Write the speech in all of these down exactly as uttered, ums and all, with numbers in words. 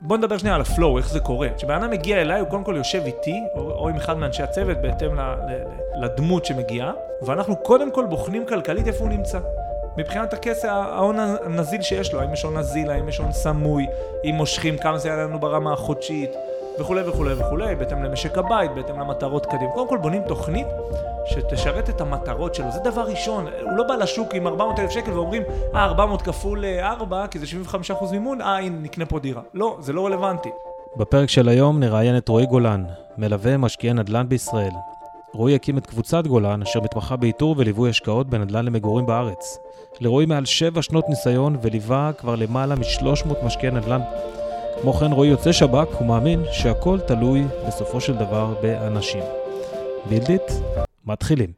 בוא נדבר שנייה על הפלואו, איך זה קורה. כשבן אדם מגיע אליי, הוא קודם כל יושב איתי, או, או עם אחד מאנשי הצוות, בהתאם ל, ל, לדמות שמגיעה, ואנחנו קודם כל בוחנים כלכלית איפה הוא נמצא. מבחינת הכסף, ההון הנזיל שיש לו, האם יש הון נזיל, האם יש הון סמוי, אם מושכים, כמה זה יעלה לנו ברמה החודשית, וכו' וכו' וכו', בהתאם למשק הבית, בהתאם למטרות קדימה. קודם כל בונים תוכנית שתשרת את המטרות שלו. זה דבר ראשון. הוא לא בא לשוק עם ארבע מאות אלף שקל ואומרים, אה, ארבע מאות כפול ארבע, כי זה שבעים וחמישה אחוז מימון, אה, הנה, נקנה פה דירה. לא, זה לא רלוונטי. בפרק של היום נראיין את רועי גולן, מלווה משקיעי נדל"ן בישראל. רועי הקים את קבוצת גולן, אשר מתמחה באיתור וליווי השקעות בנדל"ן למגורים בארץ. לרועי מעל שבע שנות ניסיון וליווה כבר למעלה מ-שלוש מאות משקיעי נדל"ן. כמו כן רועי יוצא שב"כ, הוא מאמין שהכל תלוי בסופו של דבר באנשים. בילדית, מתחילים.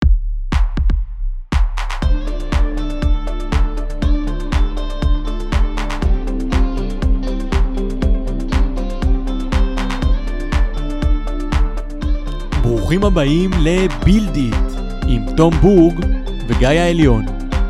ברוכים הבאים לבילדית עם תום בורג וגיא העליון.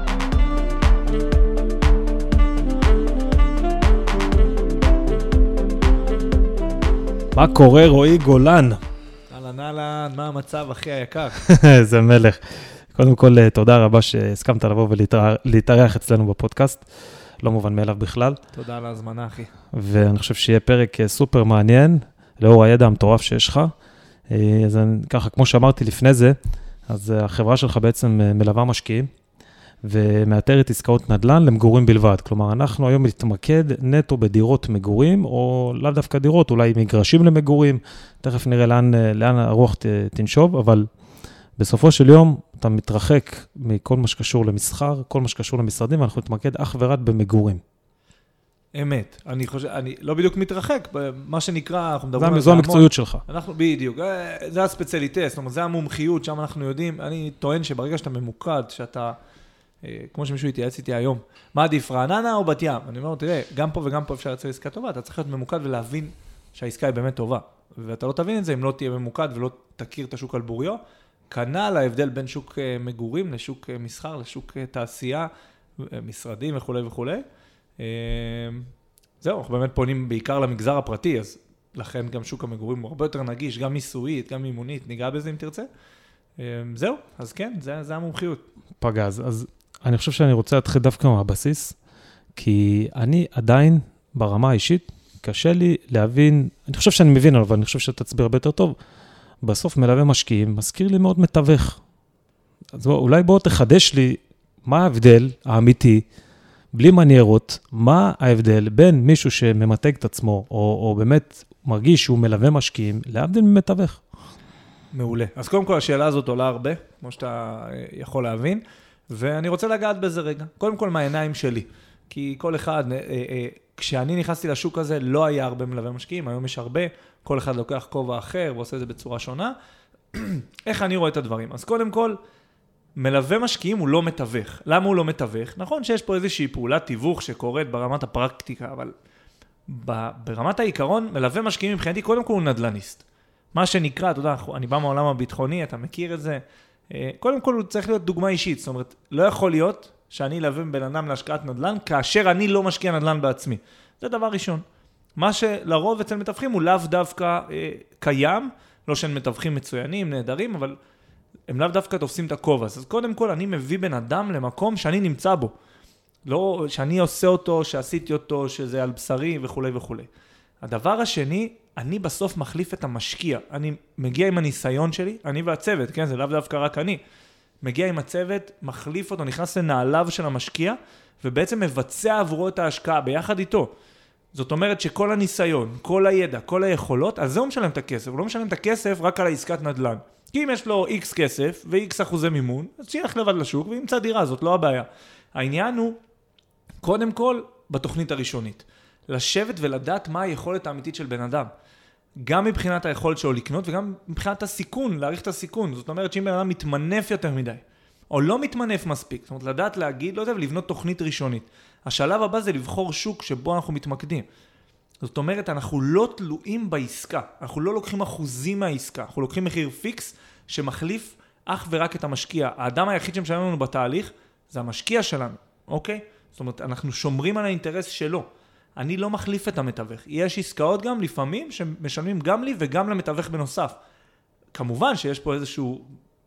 מה קורה רועי גולן? אהלן אהלן, מה המצב אחי היקר? זה מלך. קודם כל תודה רבה שהסכמת לבוא ולהתארח אצלנו בפודקאסט. לא מובן מאליו בכלל. תודה על ההזמנה אחי. ואני חושב שיהיה פרק סופר מעניין, לאור הידע המטורף שיש לך. אז ככה, כמו שאמרתי לפני זה, אז החברה שלך בעצם מלווה משקיעים, ומאתרת עסקאות נדל"ן למגורים בלבד. כלומר, אנחנו היום מתמקד נטו בדירות מגורים, או לאו דווקא דירות, אולי מגרשים למגורים, תכף נראה לאן, לאן הרוח תנשוב, אבל בסופו של יום אתה מתרחק מכל מה שקשור למסחר, כל מה שקשור למשרדים, ואנחנו נתמקד אך ורק במגורים. אמת, אני חושב, אני לא בדיוק מתרחק, מה שנקרא, אנחנו מדברים על זו המקצועיות שלך. אנחנו, בדיוק, זה הספציאליטה, זאת אומרת, זה המומחיות, שם אנחנו יודעים, אני טוען שברגע שאתה ממוקד, שאתה, כמו שמישהו התייעץ איתי היום, מה עדיף, רעננה או בת ים? אני אומר, תראה, גם פה וגם פה אפשר לייצר עסקה טובה, אתה צריך להיות ממוקד ולהבין שהעסקה היא באמת טובה, ואתה לא תבין את זה אם לא תהיה ממוקד ולא תכיר את השוק על בוריו, כנ"ל ההבדל בין שוק מגורים לשוק מסחר, לשוק תעשייה, משרדים וכו' וכו'. זהו, אנחנו באמת פונים בעיקר למגזר הפרטי, אז לכן גם שוק המגורים הוא הרבה יותר נגיש, גם מיסויית, גם מימונית, ניגע בזה אם תרצה. זהו, אז כן, זה, זה המומחיות. פגז, אז אני חושב שאני רוצה להתחיל דווקא מהבסיס, כי אני עדיין ברמה האישית, קשה לי להבין, אני חושב שאני מבין, אבל אני חושב שאתה תסביר הרבה יותר טוב, בסוף מלווה משקיעים, מזכיר לי מאוד מתווך. אז בוא, אולי בוא תחדש לי מה ההבדל האמיתי, בלי מניירות, מה ההבדל בין מישהו שממתג את עצמו, או, או באמת מרגיש שהוא מלווה משקיעים, להבדיל ממתווך? מעולה. אז קודם כל השאלה הזאת עולה הרבה, כמו שאתה יכול להבין, ואני רוצה לגעת בזה רגע. קודם כל מהעיניים שלי, כי כל אחד, כשאני נכנסתי לשוק הזה, לא היה הרבה מלווה משקיעים, היום יש הרבה, כל אחד לוקח כובע אחר, ועושה את זה בצורה שונה. איך אני רואה את הדברים? אז קודם כל, מלווה משקיעים הוא לא מתווך. למה הוא לא מתווך? נכון שיש פה איזושהי פעולת תיווך שקורית ברמת הפרקטיקה, אבל ברמת העיקרון, מלווה משקיעים מבחינתי, קודם כל הוא נדלניסט. מה שנקרא, אתה יודע, אני בא מהעולם הביטחוני, אתה מכיר את זה. קודם כל הוא צריך להיות דוגמה אישית, זאת אומרת, לא יכול להיות שאני אלווה בן אדם להשקעת נדל"ן, כאשר אני לא משקיע נדל"ן בעצמי. זה דבר ראשון. מה שלרוב אצל מתווכים הוא לאו דווקא קיים, לא שהם מתווכים מצוינים, נהדרים, אבל הם לאו דווקא תופסים את הכובע. אז קודם כל אני מביא בן אדם למקום שאני נמצא בו. לא שאני עושה אותו, שעשיתי אותו, שזה על בשרי וכו' וכו'. הדבר השני, אני בסוף מחליף את המשקיע. אני מגיע עם הניסיון שלי, אני והצוות, כן? זה לאו דווקא רק אני. מגיע עם הצוות, מחליף אותו, נכנס לנעליו של המשקיע, ובעצם מבצע עבורו את ההשקעה ביחד איתו. זאת אומרת שכל הניסיון, כל הידע, כל היכולות, אז זה הוא משלם את הכסף. הוא לא משלם את הכסף רק על העסקת נדל"ן. כי אם יש לו X כסף ו-X אחוזי מימון, אז שילך לבד לשוק וימצא דירה, זאת לא הבעיה. העניין הוא, קודם כל, בתוכנית הראשונית. לשבת ולדעת מה היכולת האמיתית של בן אדם. גם מבחינת היכולת שלו לקנות, וגם מבחינת הסיכון, להעריך את הסיכון. זאת אומרת שאם בן אדם מתמנף יותר מדי, או לא מתמנף מספיק, זאת אומרת, לדעת להגיד, לא יודע, ולבנות תוכנית ראשונית. השלב הבא זה לבחור שוק שבו אנחנו מתמקדים. זאת אומרת, אנחנו לא תלויים בעסקה, אנחנו לא לוקחים אחוזים מהעסקה, אנחנו לוקחים מחיר פיקס שמחליף אך ורק את המשקיע. האדם היחיד שמשלם לנו בתהליך זה המשקיע שלנו, אוקיי? זאת אומרת, אנחנו שומרים על האינטרס שלו. אני לא מחליף את המתווך. יש עסקאות גם לפעמים שמשלמים גם לי וגם למתווך בנוסף. כמובן שיש פה איזשהו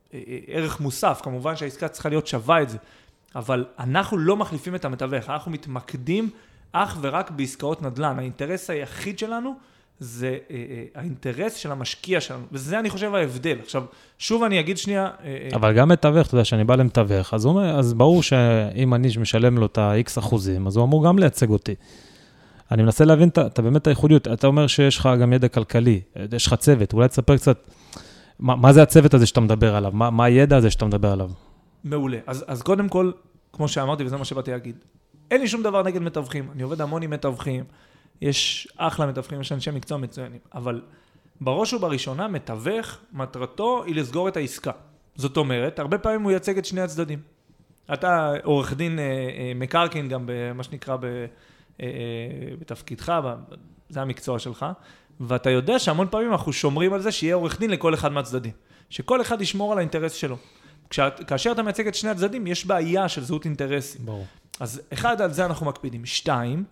ערך מוסף, כמובן שהעסקה צריכה להיות שווה את זה, אבל אנחנו לא מחליפים את המתווך, אנחנו מתמקדים אך ורק בעסקאות נדל"ן. האינטרס היחיד שלנו זה האינטרס של המשקיע שלנו, וזה אני חושב ההבדל. עכשיו, שוב אני אגיד שנייה... אבל גם מתווך, אתה יודע, שאני בא למתווך, אז, אומר, אז ברור שאם אני משלם לו את ה-X אחוזים, אז הוא אמור גם לייצג אותי. אני מנסה להבין את, אתה באמת הייחודיות, אתה אומר שיש לך גם ידע כלכלי, יש לך צוות, אולי תספר קצת, מה, מה זה הצוות הזה שאתה מדבר עליו? מה, מה הידע הזה שאתה מדבר עליו? מעולה. אז, אז קודם כל, כמו שאמרתי, וזה מה שבאתי להגיד, אין לי שום דבר נגד מתווכים, אני עובד המון עם מתווכים, יש אחלה מתווכים, יש אנשי מקצוע מצוינים, אבל בראש ובראשונה, מתווך, מטרתו היא לסגור את העסקה. זאת אומרת, הרבה פעמים הוא ייצג את שני הצדדים. אתה עורך דין אה, אה, מקרקעין גם במה שנקרא ב, אה, אה, בתפקידך, זה המקצוע שלך, ואתה יודע שהמון פעמים אנחנו שומרים על זה שיהיה עורך דין לכל אחד מהצדדים. שכל אחד ישמור על האינטרס שלו. כשה, כאשר אתה מייצג את שני הצדדים, יש בעיה של זהות אינטרסים. ברור. אז אחד, על זה אנחנו מקפידים. שתיים,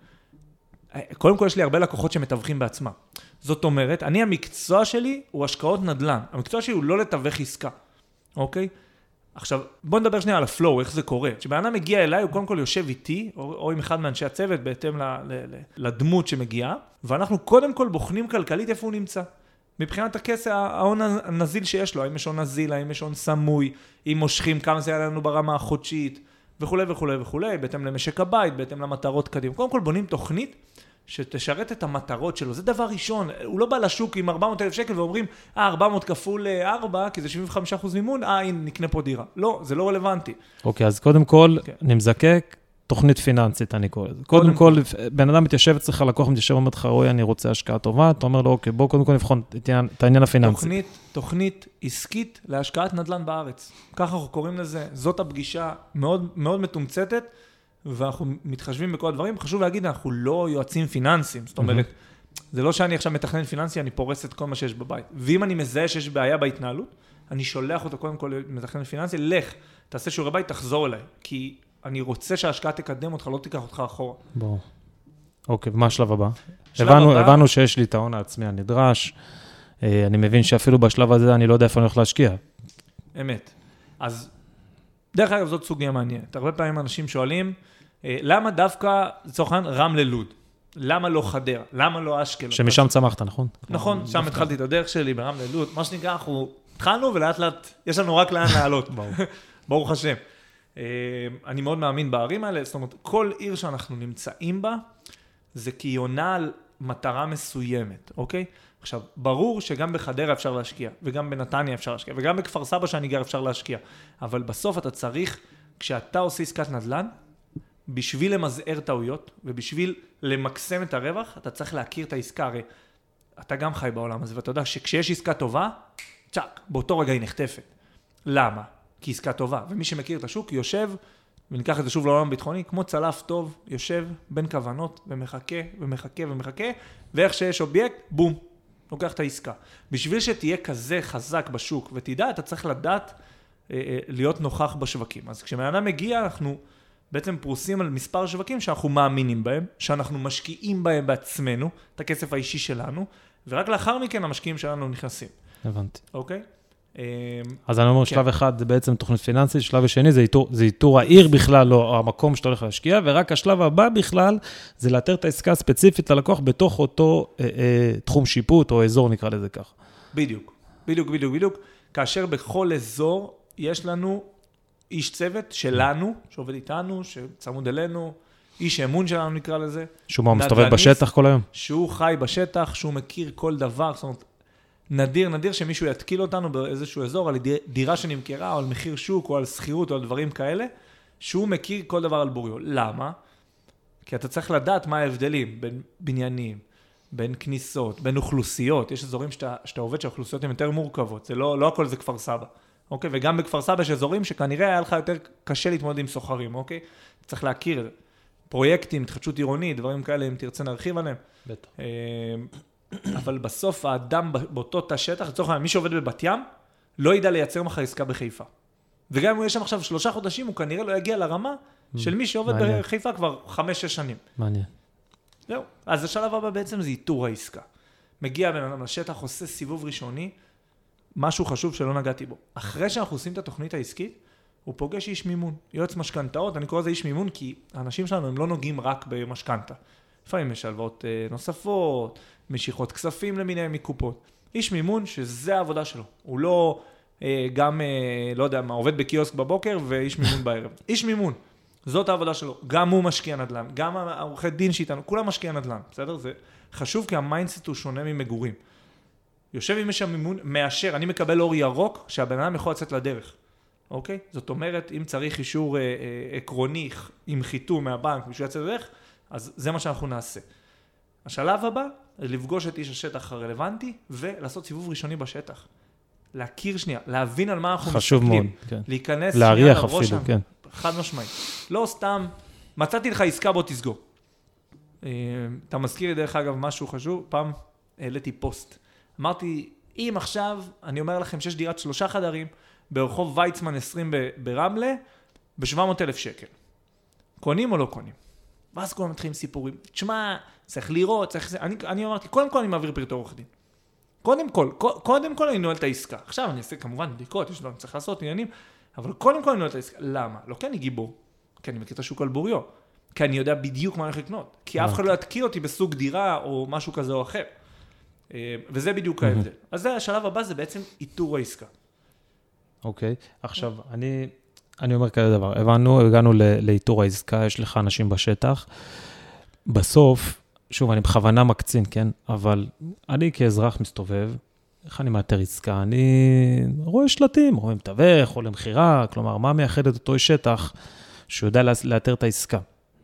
קודם כל יש לי הרבה לקוחות שמתווכים בעצמם. זאת אומרת, אני המקצוע שלי הוא השקעות נדל"ן. המקצוע שלי הוא לא לתווך עסקה. אוקיי? עכשיו, בוא נדבר שנייה על הפלואו, איך זה קורה. כשבאדם מגיע אליי, הוא קודם כל יושב איתי, או, או עם אחד מאנשי הצוות, בהתאם ל, ל, ל, לדמות שמגיעה, ואנחנו קודם כל בוחנים כלכלית איפה הוא נמצא. מבחינת הכסף, ההון הנזיל שיש לו, האם יש הון נזיל, האם יש הון סמוי, אם מושכים כמה זה היה לנו ברמה החודשית, וכו' וכו' וכו', בהתאם למשק הבית, בהתאם למטרות קדימה. קודם כל בונים תוכנית שתשרת את המטרות שלו. זה דבר ראשון. הוא לא בא לשוק עם ארבע מאות אלף שקל ואומרים, אה, ארבע מאות כפול ארבע, כי זה שבעים וחמישה אחוז מימון, אה, הנה, נקנה פה דירה. לא, זה לא רלוונטי. אוקיי, אז קודם כל, אני מזקק תוכנית פיננסית, אני קורא לזה. קודם כל, בן אדם מתיישב אצלך, לקוח מתיישב, אומר לך, רואי, אני רוצה השקעה טובה, אתה אומר לו, אוקיי, בוא קודם כל נבחון את העניין הפיננסי. תוכנית, תוכנית עסקית להשקעת נדל"ן בארץ. ככה אנחנו קוראים לזה. זאת הפגישה מאוד, מאוד מתומצתת, ואנחנו מתחשבים בכל הדברים. חשוב להגיד, אנחנו לא יועצים פיננסיים. זאת אומרת, זה לא שאני עכשיו מתכנן פיננסי, אני פורס את כל מה שיש בבית. ואם אני מזהה שיש בעיה בהתנהלות, אני שולח אותו קודם כל מתכנן פיננסי, לך, תעשה שיעורי בית, תחזור אליי. כי אני רוצה שההשקעה תקדם אותך, לא תיקח אותך אחורה. ברור. אוקיי, ומה השלב הבא? הבנו, הבנו שיש לי את ההון העצמי הנדרש. אני מבין שאפילו בשלב הזה אני לא יודע איפה אני הולך להשקיע. אמת. אז דרך אגב, זאת סוגיה מעניינת. הרבה פעמים אנשים שואלים, למה דווקא, לצורך העניין, רמלה לוד? למה לא חדרה? למה לא אשקלון? שמשם צמחת, נכון? נכון, שם התחלתי את הדרך שלי ברמלה לוד. מה שנקרא, אנחנו התחלנו ולאט לאט, יש לנו רק לאן לעלות. ברוך השם. אני מאוד מאמין בערים האלה, זאת אומרת, כל עיר שאנחנו נמצאים בה, זה כי היא עונה על מטרה מסוימת, אוקיי? עכשיו, ברור שגם בחדרה אפשר להשקיע, וגם בנתניה אפשר להשקיע, וגם בכפר סבא שאני גר אפשר להשקיע, אבל בסוף אתה צריך, כשאתה עושה עסקת נדל"ן, בשביל למזער טעויות, ובשביל למקסם את הרווח, אתה צריך להכיר את העסקה, הרי אתה גם חי בעולם הזה, ואתה יודע שכשיש עסקה טובה, צ'ק, באותו רגע היא נחטפת. למה? כי עסקה טובה, ומי שמכיר את השוק יושב, וניקח את זה שוב לעולם ביטחוני, כמו צלף טוב, יושב בין כוונות, ומחכה, ומחכה, ומחכה, ואיך שיש אובייקט, בום, לוקח את העסקה. בשביל שתהיה כזה חזק בשוק, ותדע, אתה צריך לדעת אה, אה, להיות נוכח בשווקים. אז כשמאדם מגיע, אנחנו בעצם פרוסים על מספר שווקים שאנחנו מאמינים בהם, שאנחנו משקיעים בהם בעצמנו, את הכסף האישי שלנו, ורק לאחר מכן המשקיעים שלנו נכנסים. הבנתי. אוקיי? אז אני אומר, שלב אחד זה בעצם תוכנית פיננסית, שלב השני זה איתור, זה איתור העיר בכלל, לא המקום שאתה הולך להשקיע, ורק השלב הבא בכלל זה לאתר את העסקה הספציפית ללקוח בתוך אותו אה, אה, תחום שיפוט או אזור, נקרא לזה כך. בדיוק, בדיוק, בדיוק, בדיוק. כאשר בכל אזור יש לנו איש צוות שלנו, שעובד איתנו, שצמוד אלינו, איש אמון שלנו נקרא לזה. שהוא מה, מסתובב בשטח כל היום? שהוא חי בשטח, שהוא מכיר כל דבר, זאת אומרת, נדיר, נדיר שמישהו יתקיל אותנו באיזשהו אזור על דירה שנמכרה, או על מחיר שוק, או על שכירות, או על דברים כאלה, שהוא מכיר כל דבר על בוריו. למה? כי אתה צריך לדעת מה ההבדלים בין בניינים, בין כניסות, בין אוכלוסיות. יש אזורים שאתה, שאתה עובד שהאוכלוסיות הן יותר מורכבות. זה לא, לא הכל זה כפר סבא. אוקיי? וגם בכפר סבא יש אזורים שכנראה היה לך יותר קשה להתמודד עם סוחרים. אוקיי? צריך להכיר פרויקטים, התחדשות עירונית, דברים כאלה, אם תרצה נרחיב עליהם. בטח. אבל בסוף האדם באותו תא שטח, לצורך העניין, מי שעובד בבת ים, לא ידע לייצר מחר עסקה בחיפה. וגם אם הוא יש שם עכשיו שלושה חודשים, הוא כנראה לא יגיע לרמה של מי שעובד בחיפה כבר חמש, שש שנים. מעניין. זהו. אז השלב הבא בעצם זה איתור העסקה. מגיע בן אדם לשטח, עושה סיבוב ראשוני, משהו חשוב שלא נגעתי בו. אחרי שאנחנו עושים את התוכנית העסקית, הוא פוגש איש מימון, יועץ משכנתאות, אני קורא לזה איש מימון, כי האנשים שלנו הם לא נוגעים רק במשכנתה. לפעמים יש הלוואות נוספות, משיכות כספים למיניהם מקופות. איש מימון שזה העבודה שלו. הוא לא גם, לא יודע מה, עובד בקיוסק בבוקר ואיש מימון בערב. איש מימון, זאת העבודה שלו. גם הוא משקיע נדל"ן, גם העורכי דין שאיתנו, כולם משקיע נדל"ן, בסדר? זה חשוב כי המיינדסט הוא שונה ממגורים. יושב עם איש המימון, מאשר, אני מקבל אור ירוק שהבן אדם יכול לצאת לדרך. אוקיי? זאת אומרת, אם צריך אישור אה, אה, עקרוני עם חיתום מהבנק, בשביל לצאת לדרך, אז זה מה שאנחנו נעשה. השלב הבא, לפגוש את איש השטח הרלוונטי, ולעשות סיבוב ראשוני בשטח. להכיר שנייה, להבין על מה אנחנו חשוב מסתכלים. מאוד, כן. להיכנס להריח אפילו, כן. חד משמעית. לא סתם, מצאתי לך עסקה, בוא תסגור. אה, אתה מזכיר לי דרך אגב משהו חשוב, פעם העליתי פוסט. אמרתי, אם עכשיו, אני אומר לכם שיש דירת שלושה חדרים, ברחוב ויצמן עשרים ברמלה, ב-שבע מאות אלף שקל. קונים או לא קונים? ואז כולם מתחילים סיפורים. תשמע, צריך לראות, צריך... אני, אני אמרתי, קודם כל אני מעביר פרטי עורך דין. קודם כל, קודם כל אני נועל את העסקה. עכשיו אני אעשה כמובן בדיקות, יש לו, אני צריך לעשות עניינים, אבל קודם כל אני נועל את העסקה. למה? לא כי אני גיבור, כי אני מכיר את השוק על בוריו, כי אני יודע בדיוק מה אני הולך לקנות, כי אף אחד לא יתקיל אותי בסוג דירה או משהו כזה או אחר. וזה בדיוק ההבדל. אז זה השלב הבא, זה בעצם איתור העסקה. אוקיי, עכשיו, אני, אני אומר כזה דבר, הבנו, הגענו לאיתור העסקה, יש לך אנשים בשטח, בסוף, שוב, אני בכוונה מקצין, כן, אבל אני כאזרח מסתובב, איך אני מאתר עסקה? אני רואה שלטים, רואה מתווך, או למחירה, כלומר, מה מייחד את אותו שטח שיודע לאתר את העסקה?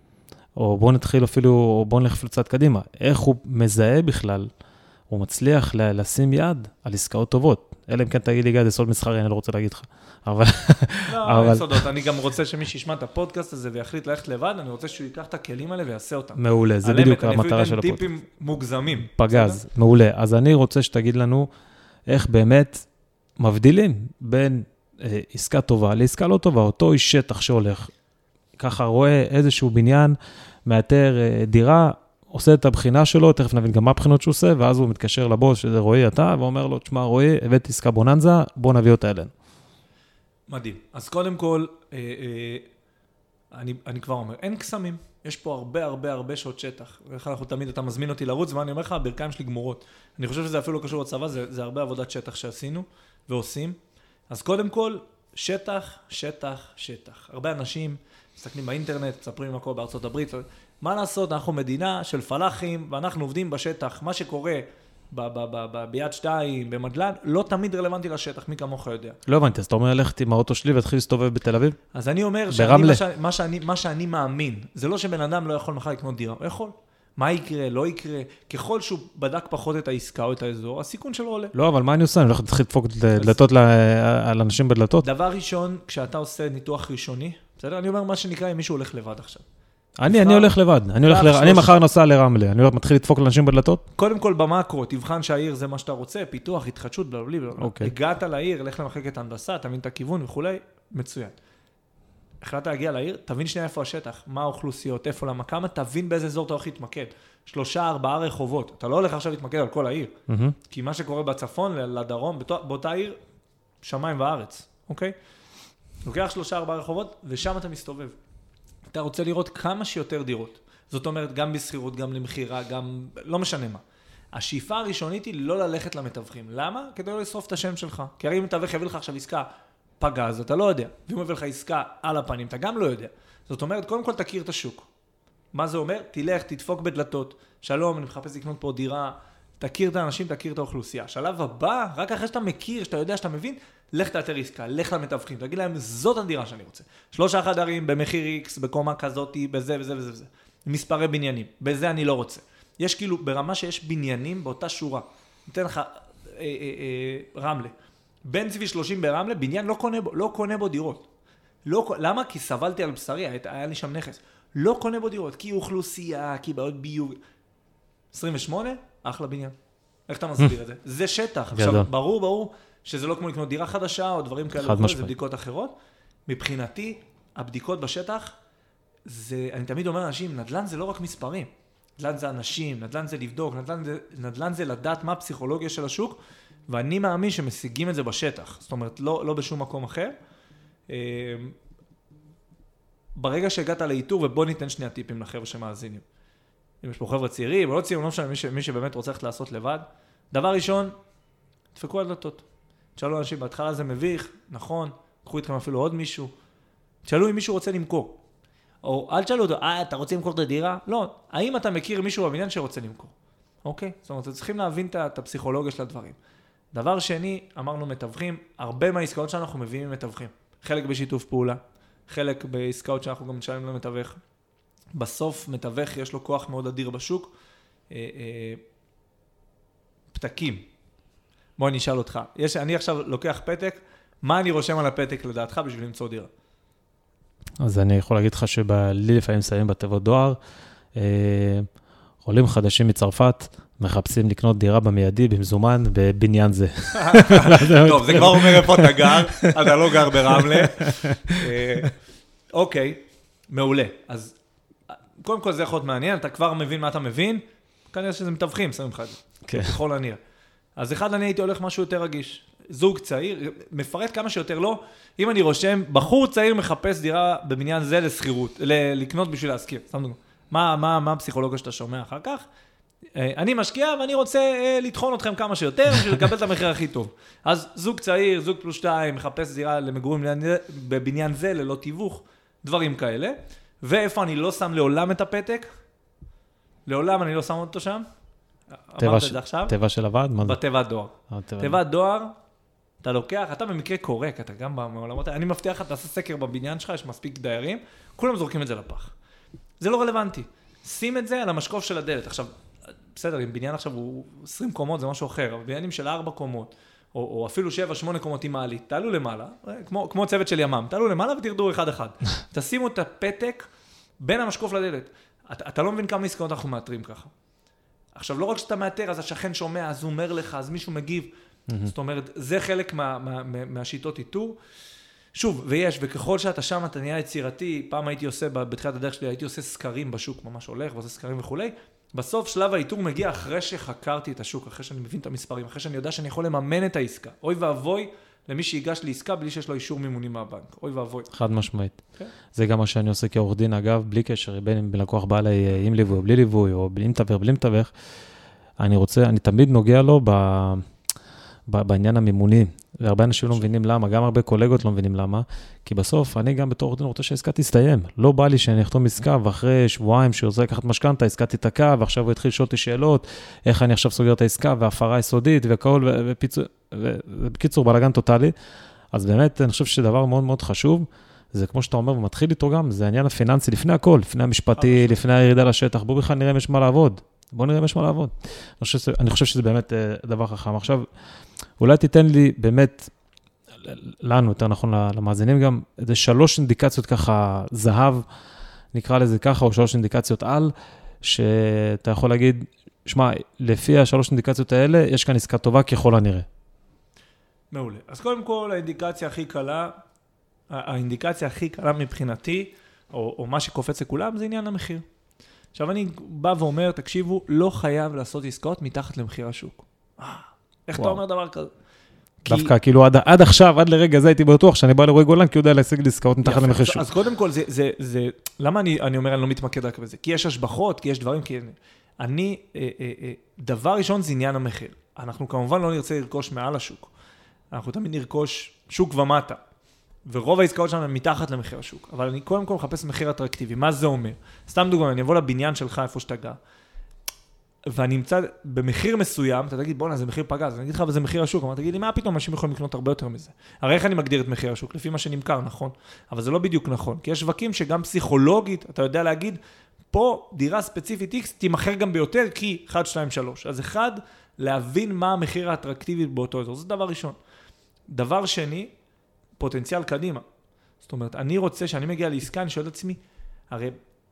או בואו נתחיל אפילו, או בואו נלך אפילו צעד קדימה, איך הוא מזהה בכלל, הוא מצליח לשים יד על עסקאות טובות. אלא אם כן תגיד לי, גד, זה סוד מסחרי, אני לא רוצה להגיד לך. אבל... לא, אין סודות. אני גם רוצה שמי שישמע את הפודקאסט הזה ויחליט ללכת לבד, אני רוצה שהוא ייקח את הכלים האלה ויעשה אותם. מעולה, זה בדיוק המטרה של הפודקאסט. טיפים מוגזמים. פגז, מעולה. אז אני רוצה שתגיד לנו איך באמת מבדילים בין עסקה טובה לעסקה לא טובה. אותו איש שטח שהולך, ככה רואה איזשהו בניין, מאתר דירה, עושה את הבחינה שלו, תכף נבין גם מה הבחינות שהוא עושה, ואז הוא מתקשר לבוס, שזה רועי אתה, ואומר לו, תשמע רועי, הבאתי עסקה בוננזה, בוא נביא אותה אלינו. מדהים. אז קודם כל, אה, אה, אני, אני כבר אומר, אין קסמים. יש פה הרבה הרבה הרבה שעות שטח. ואיך אנחנו תמיד, אתה מזמין אותי לרוץ, ואני אומר לך, הברכיים שלי גמורות. אני חושב שזה אפילו לא קשור לצבא, זה, זה הרבה עבודת שטח שעשינו ועושים. אז קודם כל, שטח, שטח, שטח. הרבה אנשים מסתכלים באינטרנט, מספרים מה קורה בארצות הברית, מה לעשות, אנחנו מדינה של פלאחים, ואנחנו עובדים בשטח. מה שקורה ב- ב- ב- ב- ביד שתיים, במדלן, לא תמיד רלוונטי לשטח, מי כמוך יודע. לא הבנתי, אז אתה אומר ללכת עם האוטו שלי והתחיל להסתובב בתל אביב? אז אני אומר, שאני, מה, ש... מה, שאני, מה שאני מאמין, זה לא שבן אדם לא יכול מחר לקנות דירה, הוא יכול. מה יקרה, לא יקרה, ככל שהוא בדק פחות את העסקה או את האזור, הסיכון שלו עולה. לא, אבל מה אני עושה? אני הולך להתחיל לדפוק דלתות על אנשים בדלתות? דבר ראשון, כשאתה עושה ניתוח ראשוני, בסדר? אני אומר מה שנקרא אם מישהו הולך לבד עכשיו. אני, אני הולך לבד, אני הולך, אני מחר נוסע לרמלה, אני הולך מתחיל לדפוק לאנשים בדלתות? קודם כל במקרו, תבחן שהעיר זה מה שאתה רוצה, פיתוח, התחדשות, בלבלי, בלבלי. הגעת לעיר, לך למחלקת הנדסה, תבין את הכיוון וכולי, מצוין. החלטת להגיע לעיר, תבין שנייה איפה השטח, מה האוכלוסיות, איפה למה, כמה, תבין באיזה אזור אתה הולך להתמקד. שלושה, ארבעה רחובות, אתה לא הולך עכשיו להתמקד על כל העיר, כי מה שקורה בצפון, לדרום, באותה עיר, שמיים וארץ, אוקיי? לוקח שלושה, ארבעה רחובות, ושם אתה מסתובב. אתה רוצה לראות כמה שיותר דירות. זאת אומרת, גם בסחירות, גם למחירה, גם... לא משנה מה. השאיפה הראשונית היא לא ללכת למתווכים. למה? כדי לא לשרוף את השם שלך. כי הרי אם מתווך יביא לך עכשיו עסקה פגז, אתה לא יודע. ואם יביא לך עסקה על הפנים, אתה גם לא יודע. זאת אומרת, קודם כל תכיר את השוק. מה זה אומר? תלך, תדפוק בדלתות. שלום, אני מחפש לקנות פה דירה. תכיר את האנשים, תכיר את האוכלוסייה. השלב הבא, רק אחרי שאתה מכיר, שאתה יודע, שאתה מבין, לך תאתר עסקה, לך למתווכים, תגיד להם, זאת הדירה שאני רוצה. שלושה חדרים, במחיר X, בקומה כזאת, בזה וזה וזה וזה. מספרי בניינים, בזה אני לא רוצה. יש כאילו, ברמה שיש בניינים באותה שורה. ניתן לך, אה, אה, אה, רמלה. בן צבי שלושים ברמלה, בניין לא קונה בו, לא קונה בו דירות. לא, למה? כי סבלתי על בשרי, היה לי שם נכס. לא קונה בו דירות, כי אוכלוסייה, כי בעיות ביוב. עשרים ושמונה, אחלה בניין. איך אתה מסביר את זה? זה שטח. עכשיו, ברור, ברור, שזה לא כמו לקנות דירה חדשה או דברים כאלה, זה בדיקות אחרות. מבחינתי, הבדיקות בשטח, זה, אני תמיד אומר לאנשים, נדל"ן זה לא רק מספרים. נדל"ן זה אנשים, נדל"ן זה לבדוק, נדל"ן זה, נדל"ן זה לדעת מה הפסיכולוגיה של השוק, ואני מאמין שמשיגים את זה בשטח. זאת אומרת, לא, לא בשום מקום אחר. ברגע שהגעת לאיתור, ובוא ניתן שני הטיפים לחבר'ה שמאזינים. אם יש פה חבר'ה צעירים, או לא צעירים, לא משנה, מי, ש, מי שבאמת רוצה ללכת לעשות לבד. דבר ראשון, דפקו על דלתות. תשאלו אנשים, בהתחלה זה מביך, נכון, קחו איתכם אפילו עוד מישהו. תשאלו אם מישהו רוצה למכור. או אל תשאלו אותו, אה, אתה רוצה למכור את הדירה? לא. האם אתה מכיר מישהו בבניין שרוצה למכור? אוקיי? זאת אומרת, צריכים להבין את הפסיכולוגיה של הדברים. דבר שני, אמרנו מתווכים, הרבה מהעסקאות שאנחנו מביאים מתווכים. חלק בשיתוף פעולה, חלק בעסקאות שאנחנו גם נשאלים למתווך. בסוף מתווך יש לו כוח מאוד אדיר בשוק. אה, אה, פתקים. בוא אני אשאל אותך. יש, אני עכשיו לוקח פתק, מה אני רושם על הפתק לדעתך בשביל למצוא דירה? אז אני יכול להגיד לך שבלי לפעמים שמים בתיבות דואר, אה, עולים חדשים מצרפת, מחפשים לקנות דירה במיידי, במזומן, בבניין זה. טוב, זה כבר אומר איפה אתה גר, אתה לא גר ברמלה. אוקיי, מעולה. אז קודם כל זה יכול להיות מעניין, אתה כבר מבין מה אתה מבין, כנראה שזה מתווכים, שמים לך את זה. ככל הנראה. אז אחד אני הייתי הולך משהו יותר רגיש. זוג צעיר, מפרט כמה שיותר לא. אם אני רושם, בחור צעיר מחפש דירה בבניין זה לסחירות, לקנות בשביל להזכיר. מה, מה, מה הפסיכולוגיה שאתה שומע אחר כך? אני משקיע ואני רוצה לתחון אתכם כמה שיותר בשביל לקבל את המחיר הכי טוב. אז זוג צעיר, זוג פלוס שתיים, מחפש דירה למגורים בבניין זה, ללא תיווך, דברים כאלה. ואיפה אני לא שם לעולם את הפתק? לעולם אני לא שם אותו שם. אמרת את זה עכשיו? תיבה של הוועד? בתיבת דואר. תיבת דואר, אתה לוקח, אתה במקרה קורא, אתה גם בעולמות, אני מבטיח לך, תעשה סקר בבניין שלך, יש מספיק דיירים, כולם זורקים את זה לפח. זה לא רלוונטי. שים את זה על המשקוף של הדלת. עכשיו, בסדר, אם בניין עכשיו הוא עשרים קומות, זה משהו אחר, אבל בניינים של ארבע קומות, או, או אפילו שבע, שמונה קומות עם מעלית, תעלו למעלה, כמו, כמו צוות של ימם, תעלו למעלה ותרדו אחד אחד. תשימו את הפתק בין המשקוף לדלת. אתה, אתה לא מבין כמה עסקאות אנחנו מאתרים ככה. עכשיו, לא רק שאתה מאתר, אז השכן שומע, אז הוא אומר לך, אז מישהו מגיב. Mm-hmm. זאת אומרת, זה חלק מה, מה, מה, מהשיטות איתור. שוב, ויש, וככל שאתה שם, אתה נהיה יצירתי, פעם הייתי עושה, בתחילת הדרך שלי, הייתי עושה סקרים בשוק, ממש הולך, ועושה סקרים וכו'. בסוף שלב האיתור מגיע אחרי שחקרתי את השוק, אחרי שאני מבין את המספרים, אחרי שאני יודע שאני יכול לממן את העסקה. אוי ואבוי למי שיגש לעסקה בלי שיש לו אישור מימוני מהבנק. אוי ואבוי. חד משמעית. Okay. זה גם מה שאני עושה כעורך דין, אגב, בלי קשר, בין אם לקוח בא לי עם ליווי או בלי ליווי, או בלי מתווך, בלי מתווך. אני רוצה, אני תמיד נוגע לו ב, ב, בעניין המימוני. והרבה אנשים לא מבינים למה, גם הרבה קולגות לא מבינים למה, כי בסוף אני גם בתור עורך דין רוצה שהעסקה תסתיים. לא בא לי שאני אחתום עסקה, ואחרי שבועיים שהוא רוצה לקחת משכנתא, העסקה תתקע, ועכשיו הוא התחיל לשאול אותי שאלות, איך אני עכשיו סוגר את העסקה, והפרה יסודית, וכל, ופיצור, ובקיצור, בלגן טוטלי. אז באמת, אני חושב שדבר מאוד מאוד חשוב, זה כמו שאתה אומר, ומתחיל איתו גם, זה העניין הפיננסי, לפני הכל, לפני המשפטי, לפני הירידה לשטח, בואו בכלל נראה אם יש מה לעבוד. בואו נראה אם יש מה לעבוד. אני חושב, אני חושב שזה באמת דבר חכם. עכשיו, אולי תיתן לי באמת, לנו, יותר נכון למאזינים גם, איזה שלוש אינדיקציות ככה זהב, נקרא לזה ככה, או שלוש אינדיקציות על, שאתה יכול להגיד, שמע, לפי השלוש אינדיקציות האלה, יש כאן עסקה טובה ככל הנראה. מעולה. אז קודם כל, האינדיקציה הכי קלה, האינדיקציה הכי קלה מבחינתי, או, או מה שקופץ לכולם, זה עניין המחיר. עכשיו אני בא ואומר, תקשיבו, לא חייב לעשות עסקאות מתחת למחיר השוק. איך אתה אומר דבר כזה? דווקא כאילו עד עכשיו, עד לרגע זה הייתי בטוח שאני בא לרועי גולן, כי הוא יודע להשיג לי עסקאות מתחת למחיר שוק. אז קודם כל, זה, למה אני אומר, אני לא מתמקד רק בזה? כי יש השבחות, כי יש דברים, כי אני, דבר ראשון זה עניין המחיר. אנחנו כמובן לא נרצה לרכוש מעל השוק. אנחנו תמיד נרכוש שוק ומטה. ורוב העסקאות שלנו הן מתחת למחיר השוק. אבל אני קודם כל מחפש מחיר אטרקטיבי. מה זה אומר? סתם דוגמא, אני אבוא לבניין שלך איפה שאתה גר, ואני אמצא במחיר מסוים, אתה תגיד, בוא'נה, זה מחיר פגז, אני אגיד לך, אבל זה מחיר השוק, אבל תגיד לי, מה פתאום אנשים יכולים לקנות הרבה יותר מזה? הרי איך אני מגדיר את מחיר השוק? לפי מה שנמכר, נכון? אבל זה לא בדיוק נכון, כי יש שווקים שגם פסיכולוגית, אתה יודע להגיד, פה דירה ספציפית X תימחר גם ביותר, כי אחת, שתיים, שלוש. אז אחד, להבין מה המחיר האטרקטיבי באותו אזור. זה דבר ראשון. דבר שני, פוטנציאל קדימה. זאת אומרת, אני רוצה, שאני מגיע לעסקה, אני שואל את עצמי, הרי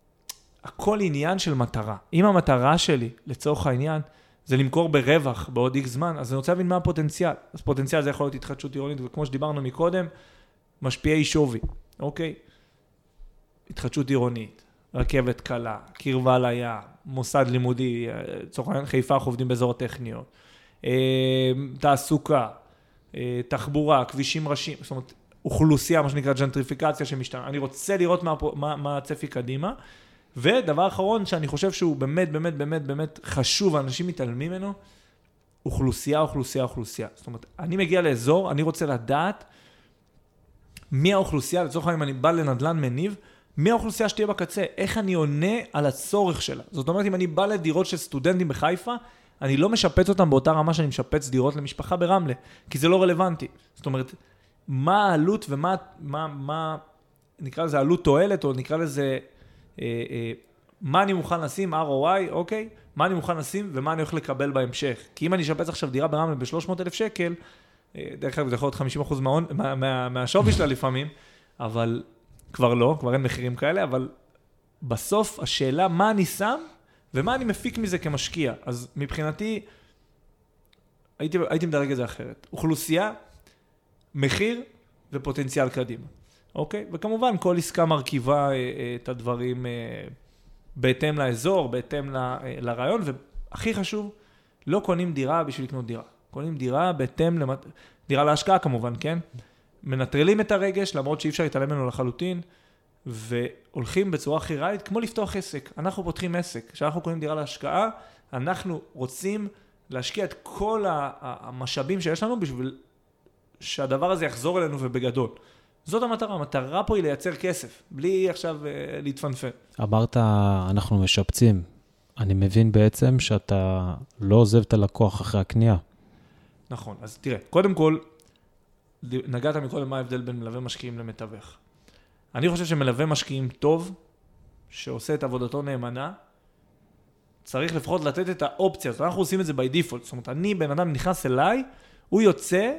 הכל עניין של מטרה. אם המטרה שלי, לצורך העניין, זה למכור ברווח בעוד X זמן, אז אני רוצה להבין מה הפוטנציאל. אז פוטנציאל זה יכול להיות התחדשות עירונית, וכמו שדיברנו מקודם, משפיעי שווי, אוקיי? התחדשות עירונית, רכבת קלה, קרבה לים, מוסד לימודי, לצורך העניין חיפה אנחנו עובדים באזור הטכניות, תעסוקה, תחבורה, כבישים ראשיים, זאת אומרת, אוכלוסייה, מה שנקרא ג'נטריפיקציה שמשתנה. אני רוצה לראות מה, מה, מה הצפי קדימה. ודבר אחרון שאני חושב שהוא באמת, באמת, באמת, באמת חשוב, אנשים מתעלמים ממנו, אוכלוסייה, אוכלוסייה, אוכלוסייה. זאת אומרת, אני מגיע לאזור, אני רוצה לדעת מי האוכלוסייה, לצורך העניין, אני בא לנדלן מניב, מי האוכלוסייה שתהיה בקצה, איך אני עונה על הצורך שלה. זאת אומרת, אם אני בא לדירות של סטודנטים בחיפה, אני לא משפץ אותם באותה רמה שאני משפץ דירות למשפחה ברמלה, כי זה לא רלוונטי. זאת אומרת, מה העלות ומה, מה, מה, נקרא לזה עלות תועלת, או נקרא לזה, אה, אה, מה אני מוכן לשים, אר או איי, אוקיי? מה אני מוכן לשים ומה אני הולך לקבל בהמשך. כי אם אני אשפץ עכשיו דירה ברמלה ב-שלוש מאות אלף שקל, אה, דרך כלל זה יכול להיות חמישים אחוז מה, מה, מה, מהשווי שלה לפעמים, אבל כבר לא, כבר אין מחירים כאלה, אבל בסוף השאלה מה אני שם, ומה אני מפיק מזה כמשקיע. אז מבחינתי, הייתי, הייתי מדרג את זה אחרת. אוכלוסייה, מחיר ופוטנציאל קדימה. אוקיי? וכמובן, כל עסקה מרכיבה אה, אה, את הדברים אה, בהתאם לאזור, בהתאם ל, אה, לרעיון, והכי חשוב, לא קונים דירה בשביל לקנות דירה. קונים דירה בהתאם, למת... דירה להשקעה כמובן, כן? מנטרלים את הרגש, למרות שאי אפשר להתעלם ממנו לחלוטין, והולכים בצורה הכי ריאלית, כמו לפתוח עסק. אנחנו פותחים עסק. כשאנחנו קונים דירה להשקעה, אנחנו רוצים להשקיע את כל המשאבים שיש לנו בשביל שהדבר הזה יחזור אלינו ובגדול. זאת המטרה. המטרה פה היא לייצר כסף, בלי עכשיו להתפנפן. אמרת, אנחנו משפצים. אני מבין בעצם שאתה לא עוזב את הלקוח אחרי הקנייה. נכון. אז תראה, קודם כל, נגעת מקודם מה ההבדל בין מלווה משקיעים למתווך. אני חושב שמלווה משקיעים טוב, שעושה את עבודתו נאמנה, צריך לפחות לתת את האופציה. אז אנחנו עושים את זה by default. זאת אומרת, אני, בן אדם נכנס אליי, הוא יוצא,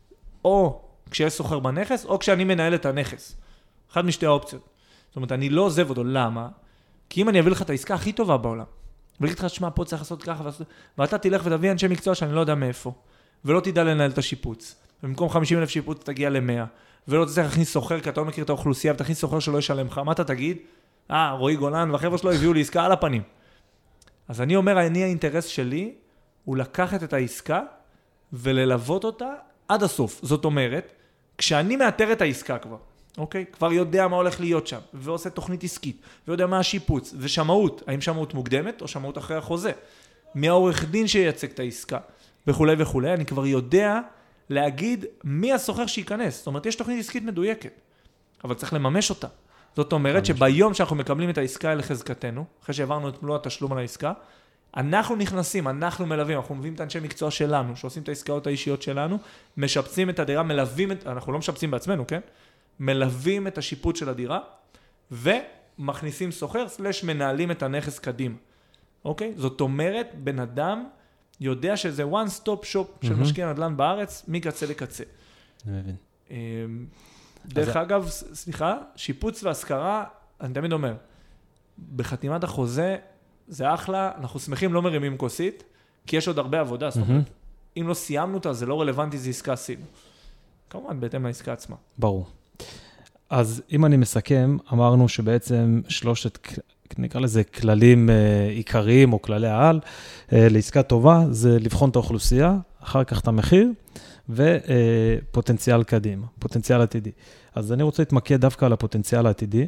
או כשיש סוחר בנכס, או כשאני מנהל את הנכס. אחד משתי האופציות. זאת אומרת, אני לא עוזב אותו. למה? כי אם אני אביא לך את העסקה הכי טובה בעולם, ולגיד לך, שמה, פה צריך לעשות ככה, ואתה תלך ותביא אנשי מקצוע שאני לא יודע מאיפה, ולא תדע לנהל את השיפוץ. במקום חמישים אלף שיפוץ תגיע ל-מאה, ולא תצטרך להכניס סוחר, כי אתה לא מכיר את האוכלוסייה, ותכניס סוחר שלא ישלם לך. מה אתה תגיד? אה, רועי גולן והחבר'ה שלו הביאו לי עסקה על הפנים. אז אני אומר, אני האינטרס שלי הוא לקחת את העסקה וללוות אותה עד הסוף. זאת אומרת, כשאני מאתר את העסקה כבר, אוקיי? כבר יודע מה הולך להיות שם, ועושה תוכנית עסקית, ויודע מה השיפוץ, ושמאות, האם שמאות מוקדמת או שמאות אחרי החוזה, מהעורך דין שייצג את העסקה, וכו' וכו'. אני כבר יודע להגיד מי הסוחר שייכנס. זאת אומרת, יש תוכנית עסקית מדויקת, אבל צריך לממש אותה. זאת אומרת שביום שאנחנו מקבלים את העסקה לחזקתנו, אחרי שהעברנו את מלוא התשלום על העסקה, אנחנו נכנסים, אנחנו מלווים, אנחנו מביאים את האנשי מקצוע שלנו, שעושים את העסקאות האישיות שלנו, משפצים את הדירה, מלווים את, אנחנו לא משפצים בעצמנו, כן? מלווים את השיפוט של הדירה, ומכניסים סוחר, סלש מנהלים את הנכס קדימה. אוקיי? זאת אומרת, בן אדם יודע שזה one stop shop של משקיע נדל"ן בארץ, מקצה לקצה. אני מבין. דרך אגב, סליחה, שיפוץ והשכרה, אני תמיד אומר, בחתימת החוזה, זה אחלה, אנחנו שמחים, לא מרימים כוסית, כי יש עוד הרבה עבודה, זאת אומרת, אם לא סיימנו אותה, זה לא רלוונטי, זה עסקה עשינו. כמובן, בהתאם לעסקה עצמה. ברור. אז אם אני מסכם, אמרנו שבעצם שלושת, נקרא לזה כללים עיקריים, או כללי העל, לעסקה טובה, זה לבחון את האוכלוסייה, אחר כך את המחיר, ופוטנציאל קדימה, פוטנציאל עתידי. אז אני רוצה להתמקד דווקא על הפוטנציאל העתידי.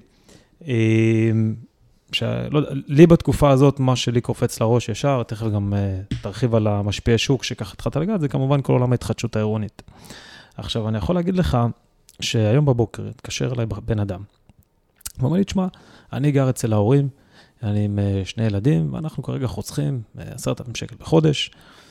שלא, לי בתקופה הזאת, מה שלי קופץ לראש ישר, תכף גם תרחיב על המשפיעי שוק שככה התחלת לגעת, זה כמובן כל עולם ההתחדשות העירונית. עכשיו, אני יכול להגיד לך שהיום בבוקר התקשר אליי בן אדם. הוא אומר לי, תשמע, אני גר אצל ההורים, אני עם שני ילדים, ואנחנו כרגע חוסכים עשרת אלפים שקל בחודש,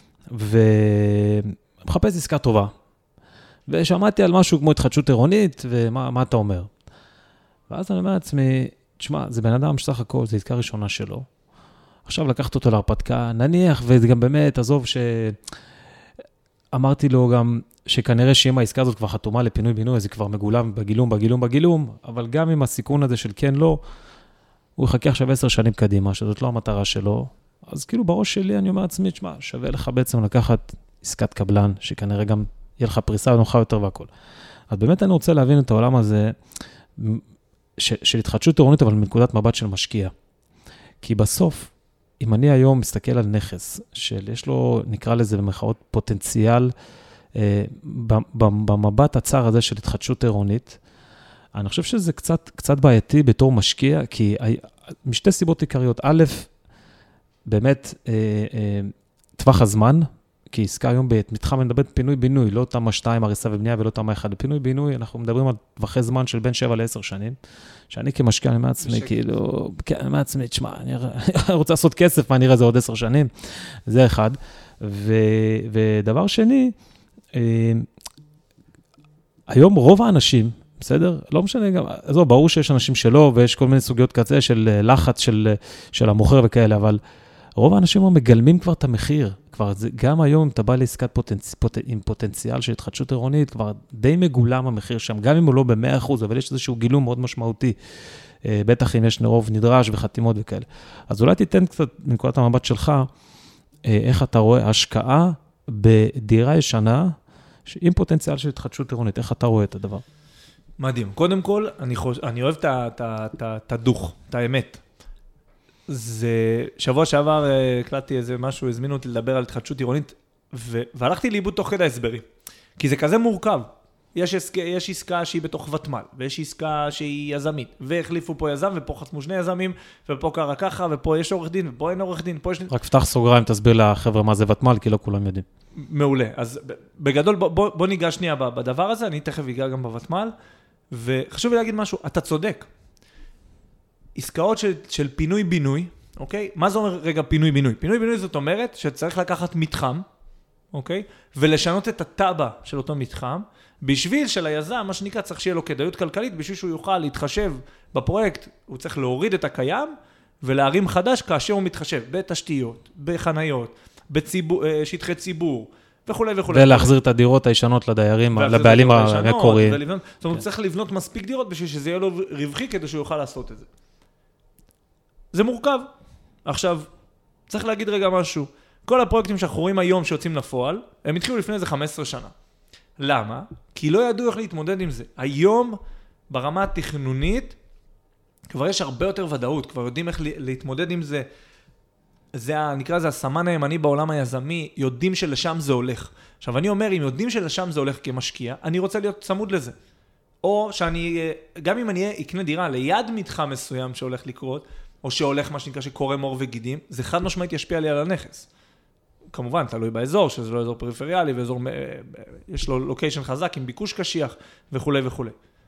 ומחפש עסקה טובה. ושמעתי על משהו כמו התחדשות עירונית, ומה מה אתה אומר? ואז אני אומר לעצמי, תשמע, זה בן אדם שסך הכל, זה עסקה ראשונה שלו. עכשיו לקחת אותו להרפתקה, נניח, וזה גם באמת, עזוב ש... אמרתי לו גם שכנראה שאם העסקה הזאת כבר חתומה לפינוי בינוי, אז היא כבר מגולם בגילום, בגילום, בגילום, אבל גם עם הסיכון הזה של כן לא, הוא יחכה עכשיו עשר שנים קדימה, שזאת לא המטרה שלו. אז כאילו בראש שלי אני אומר לעצמי, תשמע, שווה לך בעצם לקחת עסקת קבלן, שכנראה גם יהיה לך פריסה נוחה יותר והכל. אז באמת אני רוצה להבין את העולם הזה, ש, של התחדשות עירונית, אבל מנקודת מבט של משקיע. כי בסוף, אם אני היום מסתכל על נכס, שיש לו, נקרא לזה במרכאות, פוטנציאל, אה, במבט הצר הזה של התחדשות עירונית, אני חושב שזה קצת, קצת בעייתי בתור משקיע, כי משתי סיבות עיקריות. א', באמת, אה, אה, טווח הזמן, כי עסקה היום במתחם מדברת פינוי-בינוי, לא תמה שתיים הריסה ובנייה ולא תמה אחד. בפינוי-בינוי אנחנו מדברים על טווחי זמן של בין שבע לעשר שנים, שאני כמשקיע, אני מעצמי, כאילו, כן, אני מעצמי, תשמע, אני רוצה לעשות כסף, מה נראה זה עוד עשר שנים, זה אחד. ו, ודבר שני, היום רוב האנשים, בסדר? לא משנה גם, זו, ברור שיש אנשים שלא, ויש כל מיני סוגיות כזה של לחץ של, של המוכר וכאלה, אבל רוב האנשים מגלמים כבר את המחיר. כבר זה, גם היום אם אתה בא לעסקת פוטנצ... פוט... עם פוטנציאל של התחדשות עירונית, כבר די מגולם המחיר שם, גם אם הוא לא ב-מאה אחוז, אבל יש איזשהו גילום מאוד משמעותי, בטח אם יש רוב נדרש וחתימות וכאלה. אז אולי תיתן קצת מנקודת המבט שלך, איך אתה רואה השקעה בדירה ישנה, עם פוטנציאל של התחדשות עירונית, איך אתה רואה את הדבר? מדהים. קודם כל, אני, חוש... אני אוהב את הדוח, את האמת. זה, שבוע שעבר הקלטתי איזה משהו, הזמינו אותי לדבר על התחדשות עירונית, ו... והלכתי לאיבוד תוך כדי הסברים. כי זה כזה מורכב. יש, עסק... יש עסקה שהיא בתוך ותמ"ל, ויש עסקה שהיא יזמית, והחליפו פה יזם, ופה חתמו שני יזמים, ופה קרה ככה, ופה יש עורך דין, ופה אין עורך דין, פה יש... רק פתח סוגריים, תסביר לחבר'ה מה זה ותמ"ל, כי לא כולם יודעים. מעולה. אז בגדול, בוא, בוא, בוא ניגע שנייה בדבר הזה, אני תכף אגע גם בוותמ"ל, וחשוב לי להגיד משהו, אתה צודק. עסקאות של, של פינוי-בינוי, אוקיי? מה זה אומר רגע פינוי-בינוי? פינוי-בינוי זאת אומרת שצריך לקחת מתחם, אוקיי? ולשנות את הטאבה של אותו מתחם, בשביל של היזם, מה שנקרא, צריך שיהיה לו כדאיות כלכלית, בשביל שהוא יוכל להתחשב בפרויקט, הוא צריך להוריד את הקיים, ולהרים חדש כאשר הוא מתחשב בתשתיות, בחניות, בציבור, שטחי ציבור, וכו' וכו'. ולהחזיר את הדירות הישנות לדיירים, לבעלים המקוריים. זאת אומרת, צריך לבנות מספיק דירות בשביל שזה יהיה לו רווחי כדי שהוא יוכל לעשות את זה. זה מורכב. עכשיו, צריך להגיד רגע משהו. כל הפרויקטים שאנחנו רואים היום שיוצאים לפועל, הם התחילו לפני איזה חמש עשרה שנה. למה? כי לא ידעו איך להתמודד עם זה. היום, ברמה התכנונית, כבר יש הרבה יותר ודאות, כבר יודעים איך להתמודד עם זה. זה, נקרא זה הסמן הימני בעולם היזמי, יודעים שלשם זה הולך. עכשיו, אני אומר, אם יודעים שלשם זה הולך כמשקיע, אני רוצה להיות צמוד לזה. או שאני, גם אם אני אקנה דירה ליד מתחם מסוים שהולך לקרות, או שהולך מה שנקרא שקורא מור וגידים, זה חד משמעית ישפיע לי על הנכס. כמובן, תלוי באזור, שזה לא אזור פריפריאלי, ואזור, יש לו לוקיישן חזק עם ביקוש קשיח וכו' וכו'.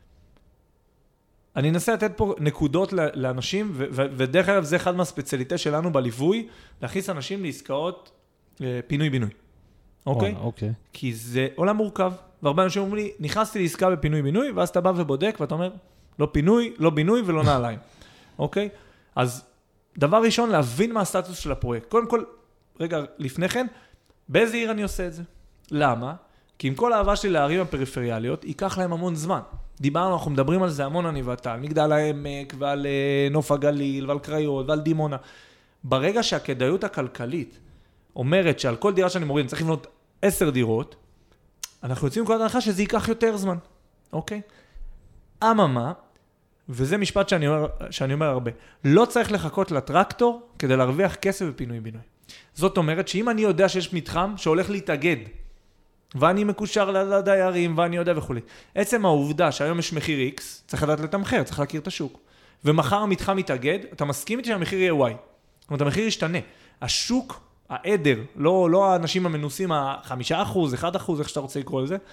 אני אנסה לתת פה נקודות לאנשים, ודרך אגב זה אחד מהספציאליטה שלנו בליווי, להכניס אנשים לעסקאות פינוי-בינוי. אוקיי? אוקיי. כי זה עולם מורכב, והרבה אנשים אומרים לי, נכנסתי לעסקה בפינוי-בינוי, ואז אתה בא ובודק, ואתה אומר, לא פינוי, לא בינוי ולא נעליים. אוקיי? אז דבר ראשון, להבין מה הסטטוס של הפרויקט. קודם כל, רגע, לפני כן, באיזה עיר אני עושה את זה? למה? כי עם כל האהבה שלי לערים הפריפריאליות, ייקח להם המון זמן. דיברנו, אנחנו מדברים על זה המון אני ואתה, על מגדל העמק ועל נוף הגליל ועל קריות ועל דימונה. ברגע שהכדאיות הכלכלית אומרת שעל כל דירה שאני מוריד, צריך לבנות עשר דירות, אנחנו יוצאים מכל הנחה שזה ייקח יותר זמן, אוקיי? אממה, וזה משפט שאני אומר, שאני אומר הרבה, לא צריך לחכות לטרקטור כדי להרוויח כסף בפינוי-בינוי. זאת אומרת שאם אני יודע שיש מתחם שהולך להתאגד, ואני מקושר לדיירים, ואני יודע וכו'. עצם העובדה שהיום יש מחיר X, צריך לדעת לתמחר, צריך להכיר את השוק. ומחר המתחם מתאגד, אתה מסכים איתי שהמחיר יהיה Y. זאת אומרת, המחיר ישתנה. השוק, העדר, לא, לא האנשים המנוסים, החמישה אחוז, אחד אחוז, איך שאתה רוצה לקרוא לזה,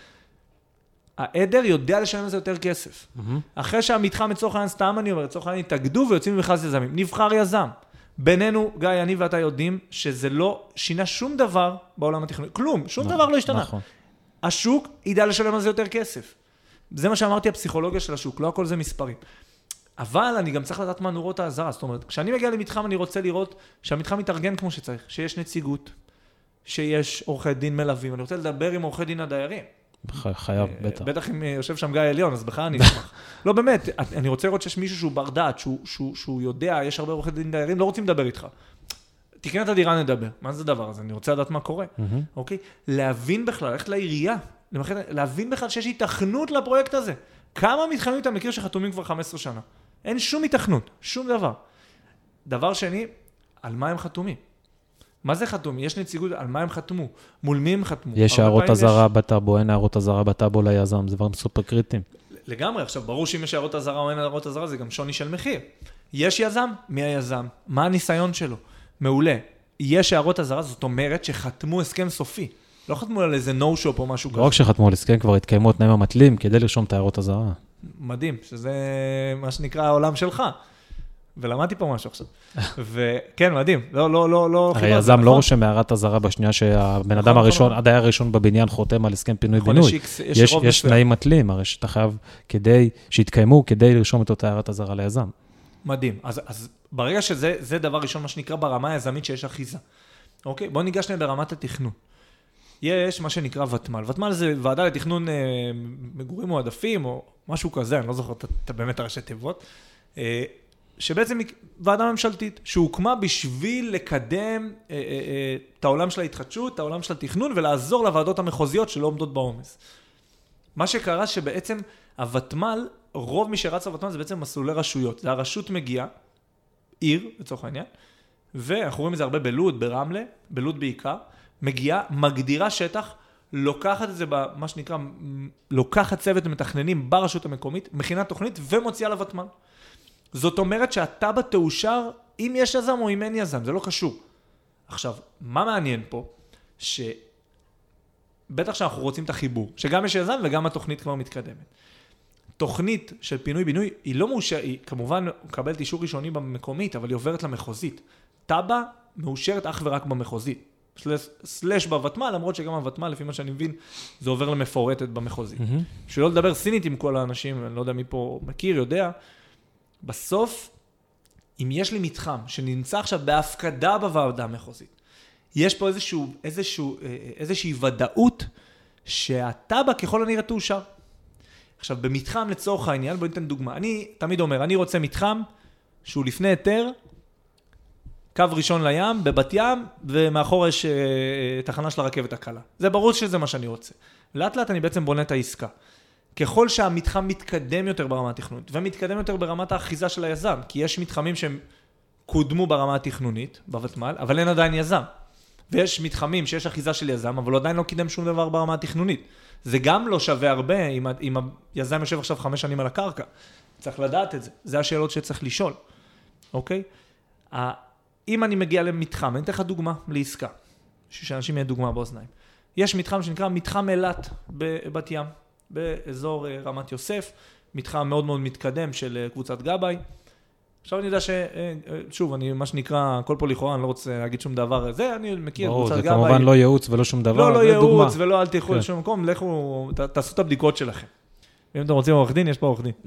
העדר יודע לשלם לזה יותר כסף. Mm-hmm. אחרי שהמתחם לצורך העניין, סתם אני אומר, לצורך העניין, יתאגדו ויוצאים במכרז יזמים. נבחר יזם. בינינו, גיא, אני ואתה יודעים שזה לא שינה שום דבר בעולם התכנוני. כלום, שום דבר לא השתנה. נכון. השוק ידע לשלם על זה יותר כסף. זה מה שאמרתי, הפסיכולוגיה של השוק, לא הכל זה מספרים. אבל אני גם צריך לדעת מה נורות האזהרה. זאת אומרת, כשאני מגיע למתחם, אני רוצה לראות שהמתחם מתארגן כמו שצריך, שיש נציגות, שיש עורכי דין מלווים. אני רוצה לדבר עם עורכי דין הדיירים. חייב, בטח. בטח אם יושב שם גיא עליון, אז בכלל אני אשמח. לא, באמת, אני רוצה לראות שיש מישהו שהוא בר דעת, שהוא, שהוא, שהוא יודע, יש הרבה עורכי דין דיירים, לא רוצים לדבר איתך. תקנה את הדירה, נדבר. מה זה הדבר הזה? אני רוצה לדעת מה קורה. אוקיי? להבין בכלל, ללכת לעירייה, להבין בכלל שיש התכנות לפרויקט הזה. כמה מתחמים אתה מכיר שחתומים כבר חמש עשרה שנה? אין שום התכנות, שום דבר. דבר שני, על מה הם חתומים? מה זה חתום? יש נציגות, על מה הם חתמו? מול מי הם חתמו? יש הערות הזרה בטאבו, אין הערות הזרה בטאבו ליזם, זה דברים סופר קריטיים. לגמרי, עכשיו, ברור שאם יש הערות הזרה או אין הערות הזרה, זה גם שוני של מחיר. יש יזם? מי היזם? מה הניסיון שלו? מעולה. יש הערות הזרה, זאת אומרת שחתמו הסכם סופי. לא חתמו על איזה no-shop או משהו כזה. לא רק שחתמו על הסכם, כבר התקיימו תנאים המתלים כדי לרשום את הערות הזרה. מדהים, שזה מה שנקרא העולם שלך. ולמדתי פה משהו עכשיו. וכן, מדהים. לא, לא, לא, לא... הרי יזם לא רושם הערת הזרה בשנייה שהבן אדם הראשון, הדייר הראשון בבניין חותם על הסכם פינוי-בינוי. יש תנאים מתלים, הרי שאתה חייב כדי, שיתקיימו כדי לרשום את אותה הערת הזרה ליזם. מדהים. אז, אז ברגע שזה, זה דבר ראשון, מה שנקרא ברמה היזמית שיש אחיזה. אוקיי? בואו ניגש להם ברמת התכנון. יש מה שנקרא ותמ"ל. ותמ"ל זה ועדה לתכנון אה, מגורים מועדפים, או משהו כזה, אני לא זוכר את באמת הראשי תיבות, אה, שבעצם ועדה ממשלתית, שהוקמה בשביל לקדם אה, אה, אה, את העולם של ההתחדשות, את העולם של התכנון, ולעזור לוועדות המחוזיות שלא עומדות בעומס. מה שקרה שבעצם הוותמ"ל, רוב מי שרץ הוותמ"ל זה בעצם מסלולי רשויות. זה הרשות מגיעה, עיר, לצורך העניין, ואנחנו רואים את זה הרבה בלוד, ברמלה, בלוד בעיקר, מגיעה, מגדירה שטח, לוקחת את זה במה שנקרא, לוקחת צוות מתכננים ברשות המקומית, מכינה תוכנית ומוציאה לוותמ"ל. זאת אומרת שהטאבע תאושר אם יש יזם או אם אין יזם, זה לא קשור. עכשיו, מה מעניין פה? שבטח שאנחנו רוצים את החיבור, שגם יש יזם וגם התוכנית כבר מתקדמת. תוכנית של פינוי-בינוי היא לא מאושרת, היא כמובן מקבלת אישור ראשוני במקומית, אבל היא עוברת למחוזית. טאבע מאושרת אך ורק במחוזית. סלש בוותמ"ל, למרות שגם הוותמ"ל, לפי מה שאני מבין, זה עובר למפורטת במחוזית. בשביל לא לדבר סינית עם כל האנשים, אני לא יודע מי פה מכיר, יודע, בסוף, אם יש לי מתחם שנמצא עכשיו בהפקדה בוועדה המחוזית, יש פה איזשהו, איזשהו, איזושהי ודאות שהטאבע ככל הנראה תאושר. עכשיו, במתחם לצורך העניין, בואו ניתן דוגמה. אני תמיד אומר, אני רוצה מתחם שהוא לפני היתר, קו ראשון לים, בבת ים, ומאחור יש תחנה של הרכבת הקלה. זה ברור שזה מה שאני רוצה. לאט לאט אני בעצם בונה את העסקה. ככל שהמתחם מתקדם יותר ברמה התכנונית, ומתקדם יותר ברמת האחיזה של היזם, כי יש מתחמים שהם קודמו ברמה התכנונית, בוותמ"ל, אבל אין עדיין יזם. ויש מתחמים שיש אחיזה של יזם, אבל עדיין לא קידם שום דבר ברמה התכנונית. זה גם לא שווה הרבה אם, אם היזם יושב עכשיו חמש שנים על הקרקע. צריך לדעת את זה. זה השאלות שצריך לשאול. אוקיי? אם אני מגיע למתחם, אני אתן לך דוגמה לעסקה, שאנשים יהיה דוגמה באוזניים. יש מתחם שנקרא מתחם אילת בבת ים, באזור רמת יוסף, מתחם מאוד מאוד מתקדם של קבוצת גבאי. עכשיו אני יודע ש... שוב, אני מה שנקרא, כל פה לכאורה, אני לא רוצה להגיד שום דבר. זה, אני מכיר קבוצת גבאי. זה כמובן לא ייעוץ ולא שום דבר. לא, לא ייעוץ ולא אל תלכו לשום מקום, לכו, תעשו את הבדיקות שלכם. אם אתם רוצים עורך דין, יש פה עורך דין.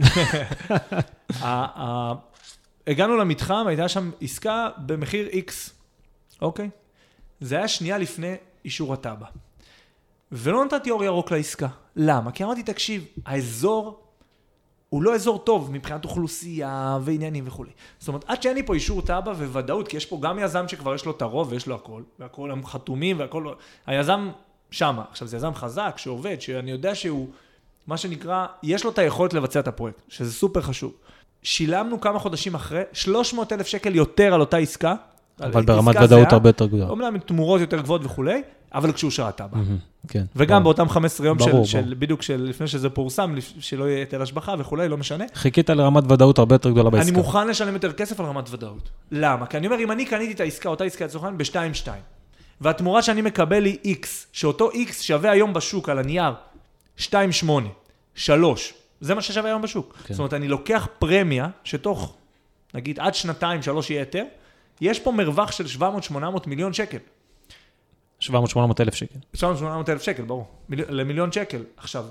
הגענו למתחם, הייתה שם עסקה במחיר X, אוקיי? זה היה שנייה לפני אישור הטאבע. ולא נתתי אור ירוק לעסקה. למה? כי אמרתי, תקשיב, האזור הוא לא אזור טוב מבחינת אוכלוסייה ועניינים וכו'. זאת אומרת, עד שאין לי פה אישור טאבע וודאות, כי יש פה גם יזם שכבר יש לו את הרוב ויש לו הכל, והכל הם חתומים והכל... היזם שמה. עכשיו, זה יזם חזק שעובד, שאני יודע שהוא, מה שנקרא, יש לו את היכולת לבצע את הפרויקט, שזה סופר חשוב. שילמנו כמה חודשים אחרי, שלוש מאות אלף שקל יותר על אותה עסקה. אבל ברמת ודאות הרבה יותר גדולה. אומנם תמורות יותר גבוהות וכולי, אבל כשאושר הטאבע. כן. וגם באותם חמש עשרה יום של, בדיוק לפני שזה פורסם, שלא יהיה היטל השבחה וכולי, לא משנה. חיכית לרמת ודאות הרבה יותר גדולה בעסקה. אני מוכן לשלם יותר כסף על רמת ודאות. למה? כי אני אומר, אם אני קניתי את העסקה, אותה עסקה לצורך ב-שתיים שתיים, והתמורה שאני מקבל היא X, שאותו X שווה היום בשוק על הנייר, שתיים שמונה, שלוש, זה מה ששווה היום בשוק. זאת אומרת, אני לוקח פרמיה, שתוך, נגיד, עד שנתיים, שלוש יהיה יותר, יש פה מרווח של שבע מאות שמונה מאות מיליון שקל. שבע מאות שמונה מאות אלף שקל. שבע מאות שמונה מאות אלף שקל, ברור. מיל... למיליון שקל. עכשיו,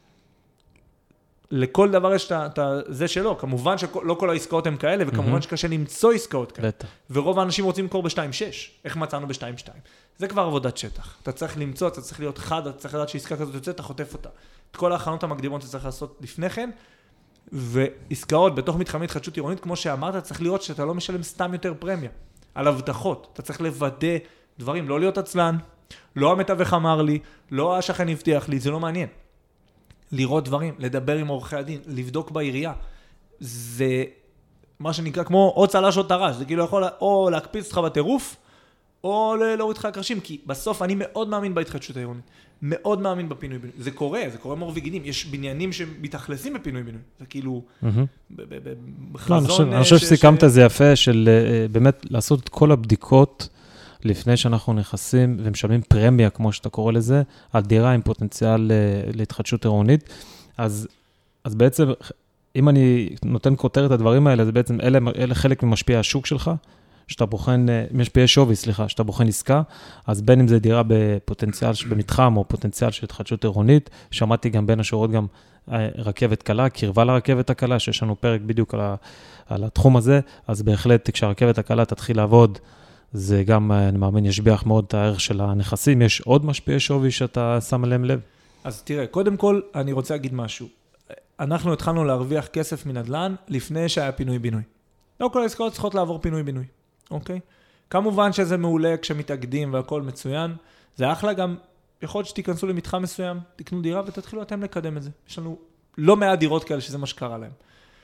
לכל דבר יש את זה שלו. כמובן שלא כל העסקאות הן כאלה, וכמובן שקשה למצוא עסקאות כאלה. ורוב האנשים רוצים למכור ב-שתיים שש. איך מצאנו ב-שתיים שתיים? זה כבר עבודת שטח. אתה צריך למצוא, אתה צריך להיות חד, אתה צריך לדעת שעסקה כזאת יוצאת, אתה חוטף אותה. את כל ההכנות המקדימות אתה צריך לעשות לפני כן, ועסקאות בתוך מתחמי התחדשות עירונית, כמו שאמרת, אתה צריך לראות שאתה לא משלם סתם יותר פרמיה. על הבטחות. אתה צריך לוודא דברים, לא להיות עצלן, לא המתווך אמר לי, לא השכן הבטיח לי, זה לא מעניין. לראות דברים, לדבר עם עורכי הדין, לבדוק בעירייה. זה מה שנקרא כמו או צלש או טרש, זה כאילו יכול או להקפיץ אותך בטירוף, או להוריד לך הקרשים, כי בסוף אני מאוד מאמין בהתחדשות העירונית, מאוד מאמין בפינוי בינוי. זה קורה, זה קורה מור וגידים, יש בניינים שמתאכלסים בפינוי בינוי, זה כאילו בחזון... אני חושב שסיכמת זה יפה, של באמת לעשות את כל הבדיקות, לפני שאנחנו נכנסים ומשלמים פרמיה, כמו שאתה קורא לזה, על דירה עם פוטנציאל להתחדשות עירונית. אז, אז בעצם, אם אני נותן כותרת את הדברים האלה, זה בעצם, אלה, אלה חלק ממשפיע השוק שלך, שאתה בוחן, משפיעי שווי, סליחה, שאתה בוחן עסקה, אז בין אם זה דירה בפוטנציאל, במתחם או פוטנציאל של התחדשות עירונית, שמעתי גם בין השורות גם רכבת קלה, קרבה לרכבת הקלה, שיש לנו פרק בדיוק על, ה, על התחום הזה, אז בהחלט, כשהרכבת הקלה תתחיל לעבוד, זה גם, אני מאמין, ישביח מאוד את הערך של הנכסים. יש עוד משפיעי שווי שאתה שם עליהם לב? אז תראה, קודם כל, אני רוצה להגיד משהו. אנחנו התחלנו להרוויח כסף מנדל"ן לפני שהיה פינוי-בינוי. לא כל העסקאות צריכות לעבור פינוי-בינוי, אוקיי? כמובן שזה מעולה כשמתאגדים והכל מצוין. זה אחלה גם, יכול להיות שתיכנסו למתחם מסוים, תקנו דירה ותתחילו אתם לקדם את זה. יש לנו לא מעט דירות כאלה שזה מה שקרה להם.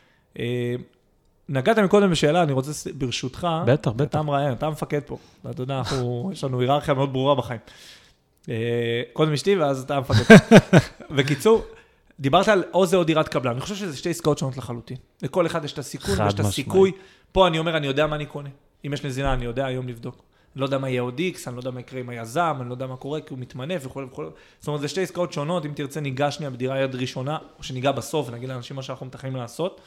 נגעת מקודם בשאלה, אני רוצה ברשותך, בטח, בטח. אתה מראיין, אתה מפקד פה. אתה יודע, אנחנו, יש לנו היררכיה מאוד ברורה בחיים. קודם אשתי, ואז אתה מפקד. וקיצור, דיברת על או זה או דירת קבלן. אני חושב שזה שתי עסקאות שונות לחלוטין. לכל אחד יש את הסיכון, יש את הסיכוי. פה אני אומר, אני יודע מה אני קונה. אם יש נזילה, אני יודע היום לבדוק. אני לא יודע מה יהיה עוד איקס, אני לא יודע מה יקרה עם היזם, אני לא יודע מה קורה, כי הוא מתמנף וכו' וכו'. זאת אומרת, זה שתי עסקאות שונות. אם תרצה, ניגע שנייה בדירה יד ראשונה, או שניגע בסוף, ונגיד לאנשים מה שאנחנו מתכננים לעשות.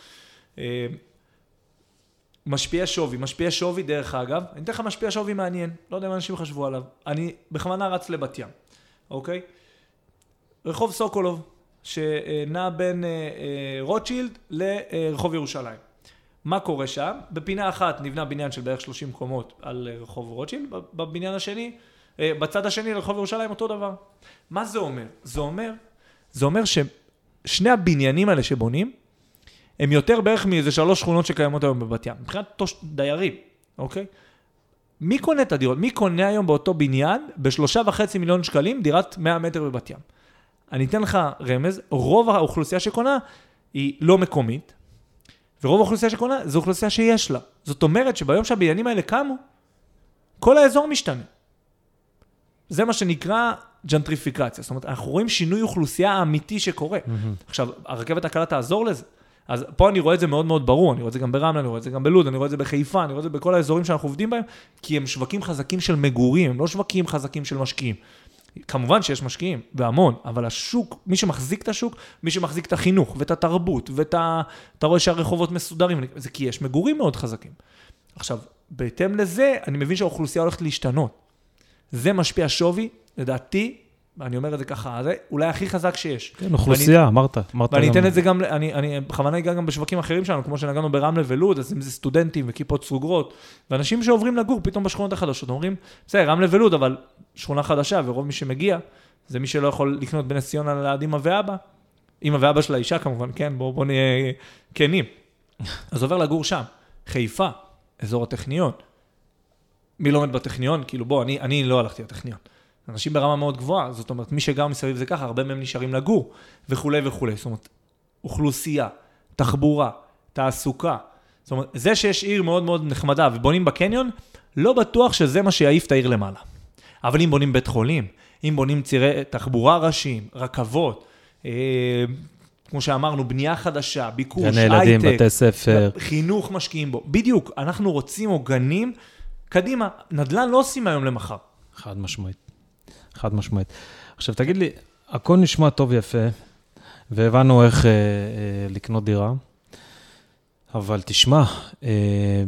משפיע שווי, משפיע שווי דרך אגב, אני אתן לך משפיע שווי מעניין, לא יודע אם אנשים חשבו עליו, אני בכוונה רץ לבת ים, אוקיי? רחוב סוקולוב, שנע בין רוטשילד לרחוב ירושלים. מה קורה שם? בפינה אחת נבנה בניין של בערך שלושים קומות על רחוב רוטשילד, בבניין השני, בצד השני לרחוב ירושלים אותו דבר. מה זה אומר? זה אומר, זה אומר ששני הבניינים האלה שבונים, הם יותר בערך מאיזה שלוש שכונות שקיימות היום בבת ים. מבחינת תוש... דיירים, אוקיי? מי קונה את הדירות? מי קונה היום באותו בניין בשלושה וחצי מיליון שקלים דירת מאה מטר בבת ים? אני אתן לך רמז, רוב האוכלוסייה שקונה היא לא מקומית, ורוב האוכלוסייה שקונה זו אוכלוסייה שיש לה. זאת אומרת שביום שהבניינים האלה קמו, כל האזור משתנה. זה מה שנקרא ג'נטריפיקציה. זאת אומרת, אנחנו רואים שינוי אוכלוסייה אמיתי שקורה. Mm-hmm. עכשיו, הרכבת הקלה תעזור לזה. אז פה אני רואה את זה מאוד מאוד ברור, אני רואה את זה גם ברמלה, אני רואה את זה גם בלוד, אני רואה את זה בחיפה, אני רואה את זה בכל האזורים שאנחנו עובדים בהם, כי הם שווקים חזקים של מגורים, הם לא שווקים חזקים של משקיעים. כמובן שיש משקיעים, והמון, אבל השוק, מי שמחזיק את השוק, מי שמחזיק את החינוך, ואת התרבות, ואתה רואה שהרחובות מסודרים, זה כי יש מגורים מאוד חזקים. עכשיו, בהתאם לזה, אני מבין שהאוכלוסייה הולכת להשתנות. זה משפיע שווי, לדעתי, אני אומר את זה ככה, זה אולי הכי חזק שיש. כן, אוכלוסייה, אמרת. ואני אתן את זה גם, אני, אני בכוונה אגע גם בשווקים אחרים שלנו, כמו שנגענו ברמלה ולוד, אז אם זה סטודנטים וכיפות סרוגרות, ואנשים שעוברים לגור פתאום בשכונות החדשות, אומרים, בסדר, רמלה ולוד, אבל שכונה חדשה, ורוב מי שמגיע, זה מי שלא יכול לקנות בנס ציונה ליד אמא ואבא, אמא ואבא של האישה כמובן, כן, בואו בוא נהיה כנים. אז עובר לגור שם, חיפה, אזור הטכניון. מי לומד בטכניון? כאילו בוא, אני, אני לא הלכתי לטכניון. אנשים ברמה מאוד גבוהה, זאת אומרת, מי שגר מסביב זה ככה, הרבה מהם נשארים לגור, וכו' וכו'. זאת אומרת, אוכלוסייה, תחבורה, תעסוקה. זאת אומרת, זה שיש עיר מאוד מאוד נחמדה, ובונים בקניון, לא בטוח שזה מה שיעיף את העיר למעלה. אבל אם בונים בית חולים, אם בונים צירי תחבורה ראשיים, רכבות, אה, כמו שאמרנו, בנייה חדשה, ביקוש, גני ילדים, בתי ספר. חינוך משקיעים בו. בדיוק, אנחנו רוצים עוגנים, קדימה, נדל"ן לא עושים היום למחר. חד משמעית. חד משמעית. עכשיו תגיד לי, הכל נשמע טוב ויפה, והבנו איך אה, אה, לקנות דירה, אבל תשמע, אה,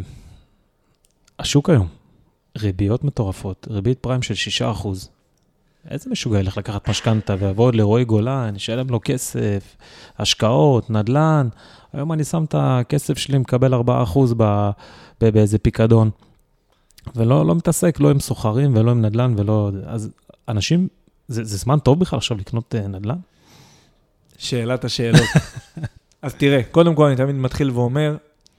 השוק היום, ריביות מטורפות, ריבית פריים של שישה אחוז. איזה משוגע ילך לקחת משכנתה ועבוד לרועי גולן, נשלם לו כסף, השקעות, נדל"ן. היום אני שם את הכסף שלי, מקבל ארבעה אחוז באיזה פיקדון. ולא לא מתעסק, לא עם סוחרים ולא עם נדל"ן ולא... אז אנשים, זה, זה זמן טוב בכלל עכשיו לקנות נדל"ן? שאלת השאלות. אז תראה, קודם כל אני תמיד מתחיל ואומר,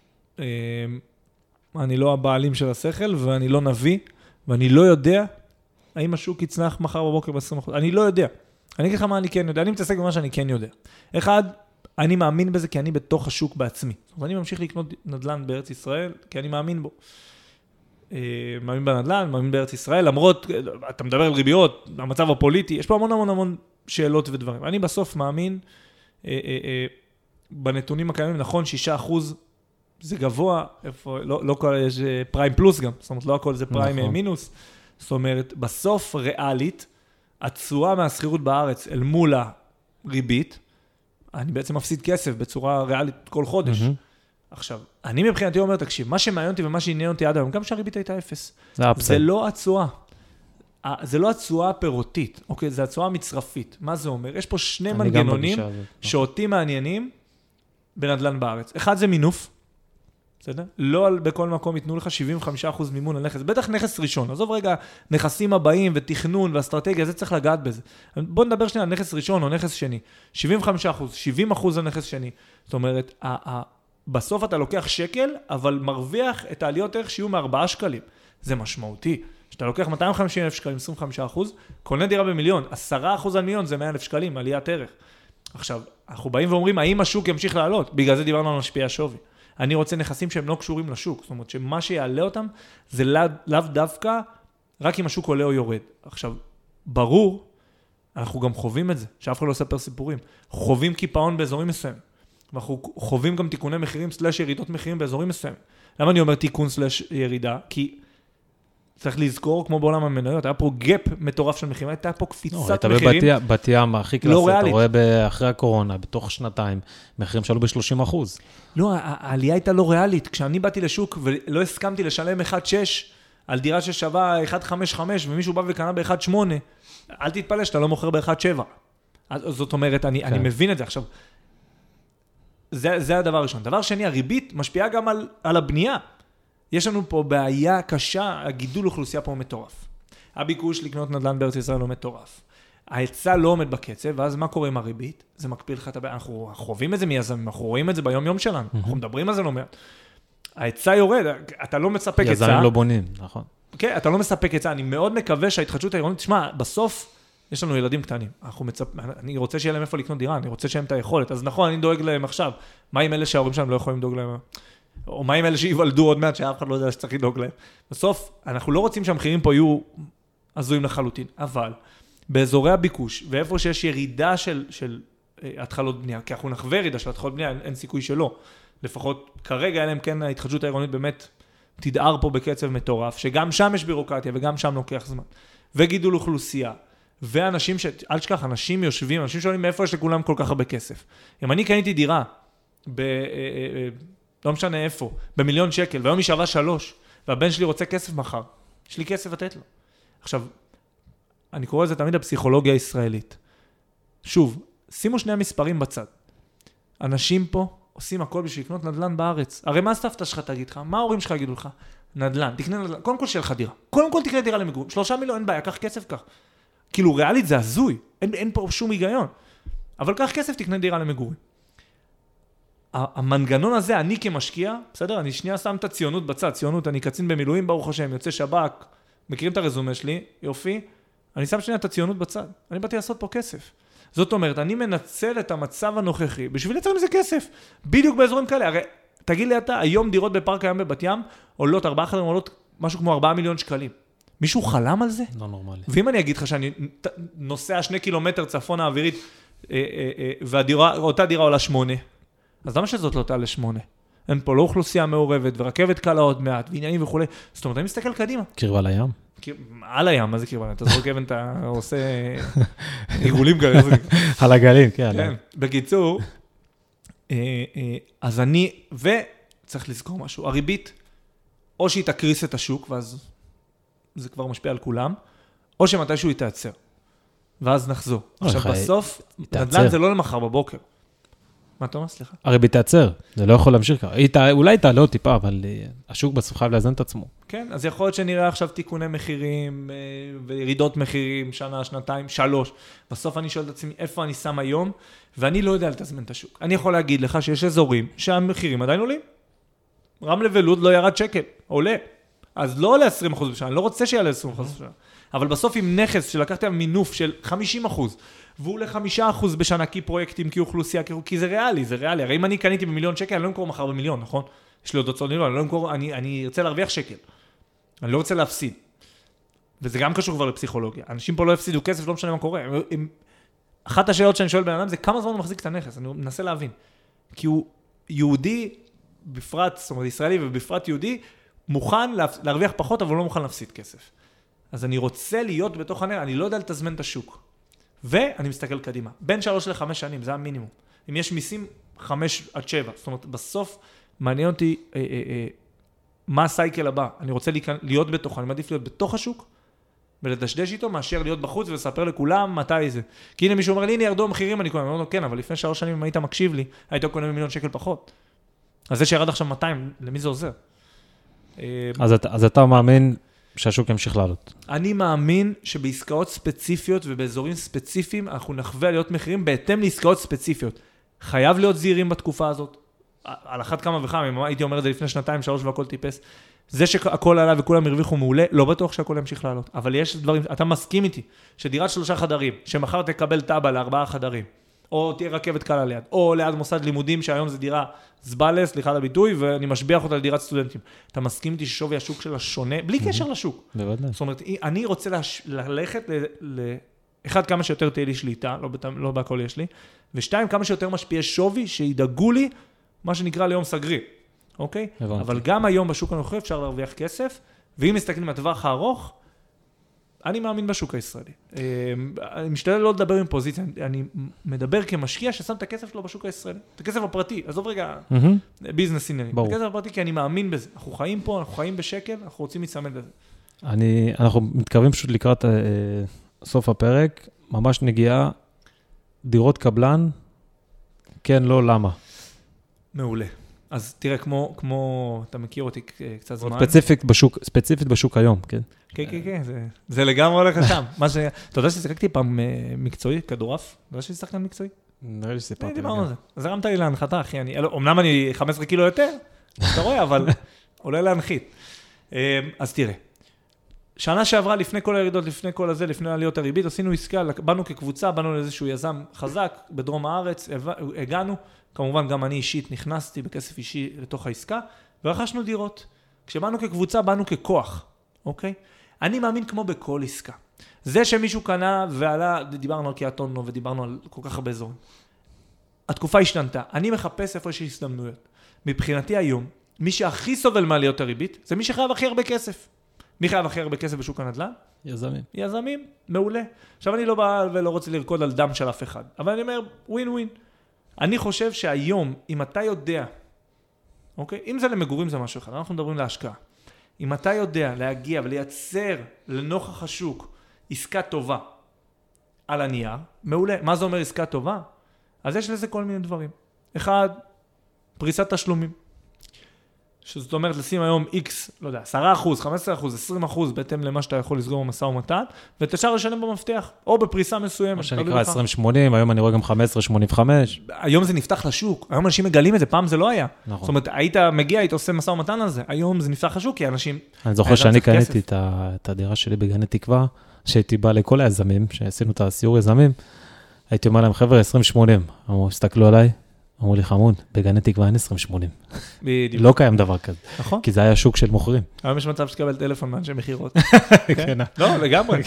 אני לא הבעלים של השכל ואני לא נביא, ואני לא יודע האם השוק יצנח מחר בבוקר ב-עשרים אחוז. אני לא יודע. אני אגיד לך מה אני כן יודע. אני מתעסק במה שאני כן יודע. אחד, אני מאמין בזה כי אני בתוך השוק בעצמי. ואני ממשיך לקנות נדל"ן בארץ ישראל, כי אני מאמין בו. מאמין בנדל"ן, מאמין בארץ ישראל, למרות, אתה מדבר על ריביות, המצב הפוליטי, יש פה המון המון המון שאלות ודברים. אני בסוף מאמין בנתונים הקיימים, נכון, שישה אחוז זה גבוה, איפה, לא, לא כל, יש פריים פלוס גם, זאת אומרת, לא הכל זה פריים נכון. מינוס. זאת אומרת, בסוף ריאלית, התשואה מהשכירות בארץ אל מול הריבית, אני בעצם מפסיד כסף בצורה ריאלית כל חודש. Mm-hmm. עכשיו, אני מבחינתי אומר, תקשיב, מה שמעניין אותי ומה שעניין אותי עד היום, גם שהריבית הייתה אפס. זה, זה לא התשואה. זה לא התשואה הפירותית, אוקיי? זה התשואה המצרפית. מה זה אומר? יש פה שני מנגנונים שאותי מעניינים בנדל"ן בארץ. אחד זה מינוף, בסדר? לא בכל מקום ייתנו לך שבעים וחמישה אחוז מימון על נכס, בטח נכס ראשון. עזוב רגע, נכסים הבאים ותכנון ואסטרטגיה, זה צריך לגעת בזה. בוא נדבר שנייה על נכס ראשון או נכס שני. שבעים וחמישה אחוז, שבעים אחוז על נכס שני. זאת אומרת, בסוף אתה לוקח שקל, אבל מרוויח את העליות ערך שיהיו מארבעה שקלים. זה משמעותי. כשאתה לוקח מאתיים וחמישים אלף שקלים, עשרים וחמישה אחוז, קונה דירה במיליון, עשרה אחוז על מיליון זה מאה אלף שקלים, עליית ערך. עכשיו, אנחנו באים ואומרים, האם השוק ימשיך לעלות? בגלל זה דיברנו על משפיע השווי. אני רוצה נכסים שהם לא קשורים לשוק. זאת אומרת, שמה שיעלה אותם, זה לאו דווקא רק אם השוק עולה או יורד. עכשיו, ברור, אנחנו גם חווים את זה, שאף אחד לא יספר סיפורים. חווים קיפאון באזורים מסוים. ואנחנו חווים גם תיקוני מחירים סלש ירידות מחירים באזורים מסוים. למה אני אומר תיקון סלש ירידה? כי צריך לזכור, כמו בעולם המניות, היה פה גאפ מטורף של מחירים, הייתה פה קפיצת מחירים. הייתה בת ים הכי קלאסית, אתה רואה אחרי הקורונה, בתוך שנתיים, מחירים שעלו ב-שלושים אחוז. לא, העלייה הייתה לא ריאלית. כשאני באתי לשוק ולא הסכמתי לשלם אחד נקודה שש על דירה ששווה אחת נקודה חמש חמש, ומישהו בא וקנה ב-אחת נקודה שמונה, אל תתפלא שאתה לא מוכר ב-אחת נקודה שבע. זאת אומרת, אני, אני מבין את זה. עכשיו, זה, זה הדבר הראשון. דבר שני, הריבית משפיעה גם על, על הבנייה. יש לנו פה בעיה קשה, הגידול אוכלוסייה פה מטורף. הביקוש לקנות נדל"ן בארץ ישראל לא מטורף. ההיצע לא עומד בקצב, ואז מה קורה עם הריבית? זה מקפיל לך את הבעיה. אנחנו חווים את זה מיזמים, אנחנו רואים את זה ביום יום שלנו, אנחנו מדברים על זה לא מעט. ההיצע יורד, אתה לא מספק היצע. יזמים לא בונים, נכון. כן, אתה לא מספק היצע. אני מאוד מקווה שההתחדשות העירונית, תשמע, בסוף יש לנו ילדים קטנים. אנחנו מצפ... אני רוצה שיהיה להם איפה לקנות דירה, אני רוצה שיהיה להם את היכולת. אז נכון, אני דואג להם עכשיו. מה עם אלה שההורים שלהם לא יכולים לדאוג להם? או מה עם אלה שיוולדו עוד מעט שאף אחד לא יודע שצריך לדאוג להם? בסוף, אנחנו לא רוצים שהמחירים פה יהיו הזויים לחלוטין, אבל באזורי הביקוש, ואיפה שיש ירידה של, של אה, התחלות בנייה, כי אנחנו נחווה ירידה של התחלות בנייה, אין, אין סיכוי שלא. לפחות כרגע, אליהם כן ההתחדשות העירונית באמת תדער פה בקצב מטורף, שגם שם יש בירוקרטיה וגם שם לוקח זמן. וגידול אוכלוסייה, ואנשים ש... אל תשכח, אנשים יושבים, אנשים שואלים מאיפה יש לכולם כל כך הרבה כסף. אם אני קניתי דירה, ב... אה, אה, לא משנה איפה, במיליון שקל, והיום היא שווה שלוש, והבן שלי רוצה כסף מחר, יש לי כסף לתת לו. עכשיו, אני קורא לזה תמיד הפסיכולוגיה הישראלית. שוב, שימו שני המספרים בצד. אנשים פה עושים הכל בשביל לקנות נדל"ן בארץ. הרי מה הסבתא שלך תגיד לך? מה ההורים שלך יגידו לך? נדל"ן, תקנה נדל"ן. קודם כל שיהיה לך דירה. קודם כל תקנה דירה למגורים. שלושה מיליון, אין בעיה, קח כסף כך. כאילו, ריאלית זה הזוי. אין, אין פה שום היגיון. אבל קח כסף, תקנה דירה למגורים. המנגנון הזה, אני כמשקיע, בסדר? אני שנייה שם את הציונות בצד. ציונות, אני קצין במילואים, ברוך השם, יוצא שב"כ, מכירים את הרזומה שלי, יופי. אני שם שנייה את הציונות בצד. אני באתי לעשות פה כסף. זאת אומרת, אני מנצל את המצב הנוכחי, בשביל לצר מזה כסף. בדיוק באזורים כאלה. הרי, תגיד לי אתה, היום דירות בפארק הים בבת ים, עולות ארבעה חדרים, עולות משהו כמו ארבעה מיליון שקלים. מישהו חלם על זה? לא נורמלי. ואם אני אגיד לך שאני נוסע שני קילומטר צפון האווירית, ואותה דירה עולה שמונה, אז למה שזאת לא תעלה שמונה? אין פה לא אוכלוסייה מעורבת, ורכבת קלה עוד מעט, ועניינים וכו'. זאת אומרת, אני מסתכל קדימה. קרבה לים? על הים, מה זה קרבה לים? אתה זורק אבן, אתה עושה עיגולים כאלה. על הגלים, כן. בקיצור, אז אני, וצריך לזכור משהו, הריבית, או שהיא תקריס את השוק, ואז זה כבר משפיע על כולם, או שמתישהו היא תעצר, ואז נחזור. עכשיו, בסוף, נדל"ן זה לא למחר בבוקר. מה אתה אומר? סליחה. הריבית תעצר, זה לא יכול להמשיך ככה. אולי תעלה עוד טיפה, אבל השוק בסוף חייב לאזן את עצמו. כן, אז יכול להיות שנראה עכשיו תיקוני מחירים וירידות מחירים, שנה, שנתיים, שלוש. בסוף אני שואל את עצמי, איפה אני שם היום, ואני לא יודע לתזמן את השוק. אני יכול להגיד לך שיש אזורים שהמחירים עדיין עולים. רמלה ולוד לא ירד שקל, עולה. אז לא עולה עשרים אחוז בשנה, אני לא רוצה שיעלה עשרים אחוז בשנה. אבל בסוף עם נכס שלקחתי מינוף של חמישים אחוז, והוא לחמישה אחוז בשנה כי פרויקטים, כי אוכלוסייה, כי זה ריאלי, זה ריאלי. הרי אם אני קניתי במיליון שקל, אני לא אמכור מחר במיליון, נכון? יש לי עוד הוצאות ניהול, אני לא אמכור, אני, אני ארצה להרוויח שקל. אני לא רוצה להפסיד. וזה גם קשור כבר לפסיכולוגיה. אנשים פה לא הפסידו כסף, לא משנה מה קורה. הם, אחת השאלות שאני שואל בן אדם זה כמה זמן הוא מחזיק את הנכס, אני מנסה להבין. כי הוא יהודי, בפרט, זאת אומרת, ישראלי ובפרט יהודי, מוכן להרוויח פחות, אבל לא מוכן להפסיד כסף. אז אני רוצה להיות בתוך הנכס, אני לא יודע לתזמן את השוק. ואני מסתכל קדימה. בין שלוש לחמש שנים, זה המינימום. אם יש מיסים, חמש עד שבע. זאת אומרת, בסוף מעניין אותי אה, אה, אה, מה הסייקל הבא. אני רוצה להיות בתוך, אני מעדיף להיות בתוך השוק, ולדשדש איתו, מאשר להיות בחוץ ולספר לכולם מתי זה. כי הנה מישהו אומר לי, הנה ירדו המחירים, אני קונה, אני אומר, כן, אבל לפני שלוש שנים אם היית מקשיב לי, היית קונה במיליון שקל פחות. אז זה שירד עכשיו מאתיים, למי זה עוזר? אז אתה, אז אתה מאמין שהשוק ימשיך לעלות? אני מאמין שבעסקאות ספציפיות ובאזורים ספציפיים, אנחנו נחווה להיות מחירים בהתאם לעסקאות ספציפיות. חייב להיות זהירים בתקופה הזאת. על אחת כמה וכמה, אם הייתי אומר את זה לפני שנתיים, שלוש והכל טיפס. זה שהכל עלה וכולם הרוויחו מעולה, לא בטוח שהכל ימשיך לעלות. אבל יש דברים, אתה מסכים איתי, שדירת שלושה חדרים, שמחר תקבל טאבה לארבעה חדרים, או תהיה רכבת קלה ליד, או ליד מוסד לימודים, שהיום זה דירה זבלס, סליחה על הביטוי, ואני משביח אותה לדירת סטודנטים. אתה מסכים איתי ששווי השוק שלה שונה, בלי קשר לשוק. בוודאי. זאת אומרת, אני רוצה ללכת ל... אחד, כמה שיותר תהיה לי שליטה, לא בהכל יש לי, ושתיים, כמה שיותר משפיעי שווי, שידאגו לי, מה שנקרא ליום סגרי. אוקיי? הבנתי. אבל גם היום בשוק הנוכחי אפשר להרוויח כסף, ואם מסתכלים מהטווח הארוך, אני מאמין בשוק הישראלי. אני משתדל לא לדבר עם פוזיציה, אני מדבר כמשקיע ששם את הכסף שלו בשוק הישראלי. את הכסף הפרטי, עזוב רגע ביזנס עניינים. את הכסף הפרטי כי אני מאמין בזה. אנחנו חיים פה, אנחנו חיים בשקל, אנחנו רוצים להצמד לזה. אני, אנחנו מתקרבים פשוט לקראת אה, סוף הפרק, ממש נגיעה, דירות קבלן, כן, לא, למה? מעולה. אז תראה, כמו, כמו, אתה מכיר אותי קצת זמן. ספציפית בשוק, ספציפית בשוק היום, כן? כן, כן, כן, זה, זה לגמרי הולך לשם. מה ש... אתה יודע ששיחקתי פעם מקצועי, כדורף? אתה יודע ששיחקתי מקצועי? נראה לי שסיפרתי. דיברנו על זה. אז הרמת לי להנחתה, אחי. אני, אמנם אני חמישה עשר קילו יותר, אתה רואה, אבל עולה להנחית. אז תראה, שנה שעברה, לפני כל הירידות, לפני כל הזה, לפני עליות הריבית, עשינו עסקה, באנו כקבוצה, באנו לאיזשהו יזם חזק בדרום הארץ, הגענו, כמובן גם אני אישית נכנסתי בכסף אישי לתוך העסקה, ורכשנו דירות. כשבאנו כקבוצה, באנו ככוח, אוקיי? אני מאמין כמו בכל עסקה. זה שמישהו קנה ועלה, דיברנו על קיאטונו ודיברנו על כל כך הרבה אזורים. התקופה השתנתה. אני מחפש איפה יש הזדמנויות. מבחינתי היום, מי שהכי סובל מעליות הריבית, זה מי שחייב הכי הרבה כסף. מי חייב הכי הרבה כסף בשוק הנדל"ן? יזמים. יזמים, מעולה. עכשיו אני לא בא ולא רוצה לרקוד על דם של אף אחד, אבל אני אומר, ווין ווין. אני חושב שהיום, אם אתה יודע, אוקיי? אם זה למגורים זה משהו אחד, אנחנו מדברים להשקעה. אם אתה יודע להגיע ולייצר לנוכח השוק עסקה טובה על הנייר, מעולה. מה זה אומר עסקה טובה? אז יש לזה כל מיני דברים. אחד, פריסת תשלומים. שזאת אומרת לשים היום X, לא יודע, עשרה אחוז, חמישה עשר אחוז, עשרים אחוז, בהתאם למה שאתה יכול לסגור במשא ומתן, ותשאר לשלם במפתח, או בפריסה מסוימת. מה שנקרא עשרים שמונים, היום אני רואה גם חמש עשרה שמונים וחמש. היום זה נפתח לשוק, היום אנשים מגלים את זה, פעם זה לא היה. נכון. זאת אומרת, היית מגיע, היית עושה משא ומתן על זה, היום זה נפתח לשוק, כי אנשים... אני זוכר שאני קניתי את הדירה שלי בגני תקווה, שהייתי בא לכל היזמים, שעשינו את הסיור יזמים, הייתי אומר להם, חבר'ה, עשרים שמונים, אמרו, הסתכלו עליי, אמרו לי חמוד, בגני תקווה אין עשרים שמונים. בדיוק. לא קיים דבר כזה. נכון. כי זה היה שוק של מוכרים. היום יש מצב שתקבל טלפון מאנשי מחירות. כן. לא, לגמרי.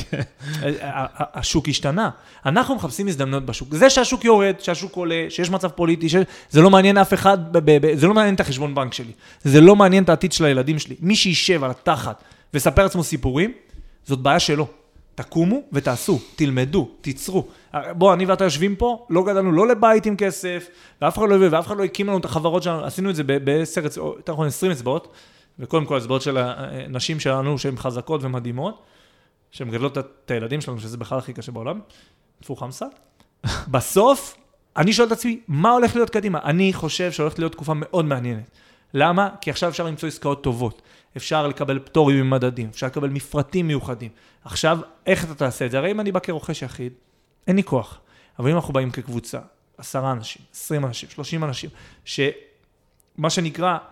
השוק השתנה. אנחנו מחפשים הזדמנות בשוק. זה שהשוק יורד, שהשוק עולה, שיש מצב פוליטי, זה לא מעניין אף אחד, זה לא מעניין את החשבון בנק שלי. זה לא מעניין את העתיד של הילדים שלי. מי שישב על התחת וספר עצמו סיפורים, זאת בעיה שלו. תקומו ותעשו, תלמדו, תיצרו. בוא, אני ואתה יושבים פה, לא גדלנו לא לבית עם כסף, ואף אחד לא הביא, ואף אחד לא הקים לנו את החברות שלנו, עשינו את זה בעשר, יותר נכון עשרים אצבעות, וקודם כל אצבעות של הנשים שלנו שהן חזקות ומדהימות, שהן גדלות את הילדים שלנו, שזה בכלל הכי קשה בעולם, תפו חמסה. בסוף, אני שואל את עצמי, מה הולך להיות קדימה? אני חושב שהולכת להיות תקופה מאוד מעניינת. למה? כי עכשיו אפשר למצוא עסקאות טובות. אפשר לקבל פטורים ממדדים, אפשר לקבל מפרטים מיוחדים. עכשיו, איך אתה תעשה את זה? הרי אם אני בא כרוכש יחיד, אין לי כוח. אבל אם אנחנו באים כקבוצה, עשרה אנשים, עשרים אנשים, שלושים אנשים, שמה שנקרא,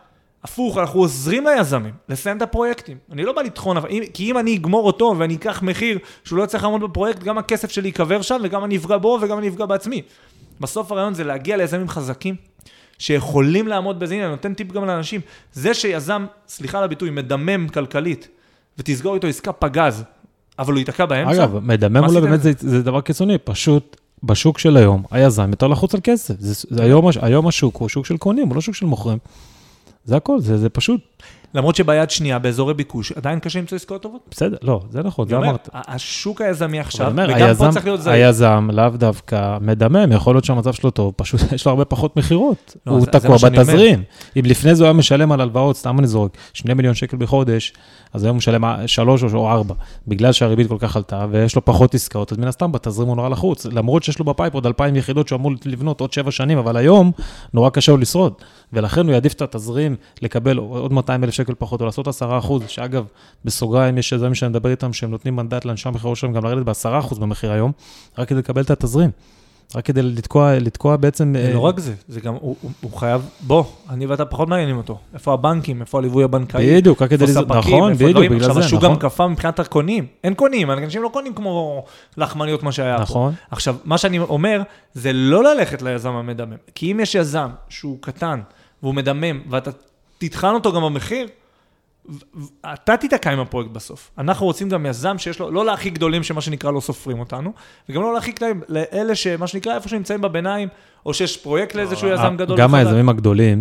הפוך, אנחנו עוזרים ליזמים לסיים את הפרויקטים. אני לא בא לטחון, כי אם אני אגמור אותו ואני אקח מחיר שהוא לא יצטרך לעמוד בפרויקט, גם הכסף שלי יקבר שם וגם אני אפגע בו וגם אני אפגע בעצמי. בסוף הרעיון זה להגיע ליזמים חזקים, שיכולים לעמוד בזה. הנה, אני נותן טיפ גם לאנשים. זה שיזם, סליחה על הביטוי, מדמם כלכלית, ותסגור איתו עסקה פגז, אבל הוא ייתקע באמצע. אגב, מדמם אולי באמת זה, זה דבר קיצוני, פשוט בשוק של היום, היזם יותר לחוץ על כסף. זה, זה היום, היום השוק הוא שוק של קונים, הוא לא שוק של מוכרים. זה הכל, זה, זה פשוט. למרות שביד שנייה, באזורי ביקוש, עדיין קשה למצוא עסקאות טובות? בסדר, לא, זה נכון, זה אמרת. השוק היזמי עכשיו, אומר, וגם היזם, פה צריך להיות זהיר. היזם לאו דווקא מדמם, יכול להיות שהמצב שלו טוב, פשוט יש לו הרבה פחות מחירות. לא, הוא זה, תקוע זה בתזרים. אם לפני זה הוא היה משלם על הלוואות, סתם אני זורק, שני מיליון שקל בחודש, אז היום הוא משלם שלוש או ארבע, בגלל שהריבית כל כך עלתה, ויש לו פחות עסקאות, אז מן הסתם בתזרים הוא נורא לחוץ, למרות שיש לו בפייפ עוד אלפיים יחידות שהוא אמור לבנות עוד שבע שנים, אבל היום נורא קשה לו לשרוד, ולכן הוא יעדיף את התזרים לקבל עוד מאתיים אלף שקל פחות, או לעשות עשרה אחוז, שאגב, בסוגריים יש יזמים שאני מדבר איתם, שהם נותנים מנדט לאנשי המחירות שלהם גם לרדת ב-עשרה אחוז במחיר היום, רק כדי לקבל את התזרים. רק כדי לתקוע, לתקוע בעצם... לא רק זה, זה גם, הוא, הוא חייב, בוא, אני ואתה פחות מעניינים אותו. איפה הבנקים, איפה הליווי הבנקאי? בדיוק, רק כדי לזאת, נכון, בדיוק, בגלל זה, נכון. עכשיו, השוק גם קפה מבחינת הקונים. אין קונים, אנשים לא קונים כמו לחמניות מה שהיה פה. נכון. עכשיו, מה שאני אומר, זה לא ללכת ליזם המדמם. כי אם יש יזם שהוא קטן, והוא מדמם, ואתה תתחן אותו גם במחיר, אתה תתקע עם הפרויקט בסוף. אנחנו רוצים גם יזם שיש לו, לא להכי גדולים שמה שנקרא לא סופרים אותנו, וגם לא להכי קטנים, לאלה שמה שנקרא איפה שנמצאים בביניים, או שיש פרויקט לאיזשהו יזם גדול. גם היזמים הגדולים,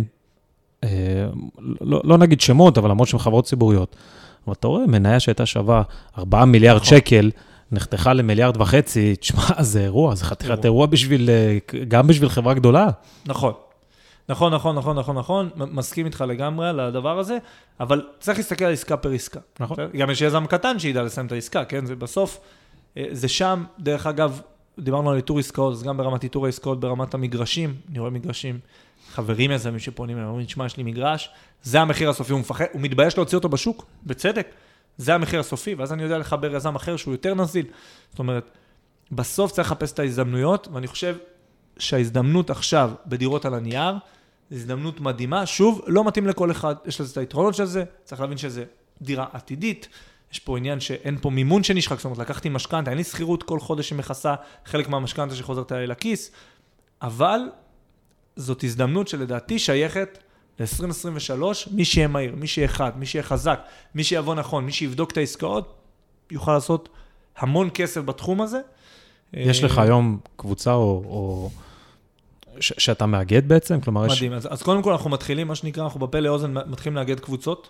לא נגיד שמות, אבל למרות שהם חברות ציבוריות, אבל אתה רואה, מניה שהייתה שווה ארבעה מיליארד שקל, נחתכה למיליארד וחצי, תשמע, זה אירוע, זה חתיכת אירוע בשביל, גם בשביל חברה גדולה. נכון. נכון, נכון, נכון, נכון, נכון, מסכים איתך לגמרי על הדבר הזה, אבל צריך להסתכל על עסקה פר עסקה. נכון. גם יש יזם קטן שידע לסיים את העסקה, כן? זה בסוף, זה שם, דרך אגב, דיברנו על איתור עסקאות, אז גם ברמת איתור העסקאות, ברמת המגרשים, אני רואה מגרשים, חברים יזמים שפונים, אני אומר, תשמע, יש לי מגרש, זה המחיר הסופי, הוא מפחד, הוא מתבייש להוציא אותו בשוק, בצדק, זה המחיר הסופי, ואז אני יודע לחבר יזם אחר שהוא יותר נזיל. זאת אומרת, בסוף צריך לחפש את ההזדמנויות, ואני חושב שההזדמנות עכשיו בדירות על הנייר, זו הזדמנות מדהימה. שוב, לא מתאים לכל אחד, יש לזה את היתרונות של זה, צריך להבין שזה דירה עתידית, יש פה עניין שאין פה מימון שנשחק, זאת אומרת, לקחתי משכנתה, אין לי שכירות כל חודש שמכסה חלק מהמשכנתה שחוזרת אליי לכיס, אבל זאת הזדמנות שלדעתי שייכת ל-עשרים עשרים ושלוש, מי שיהיה מהיר, מי שיהיה חד, מי שיהיה חזק, מי שיבוא נכון, מי שיבדוק את העסקאות, יוכל לעשות המון כסף בתחום הזה. יש לך היום קבוצה או... או... ש- שאתה מאגד בעצם? כלומר, מדהים. יש... אז, אז קודם כל אנחנו מתחילים, מה שנקרא, אנחנו בפה לאוזן מתחילים לאגד קבוצות.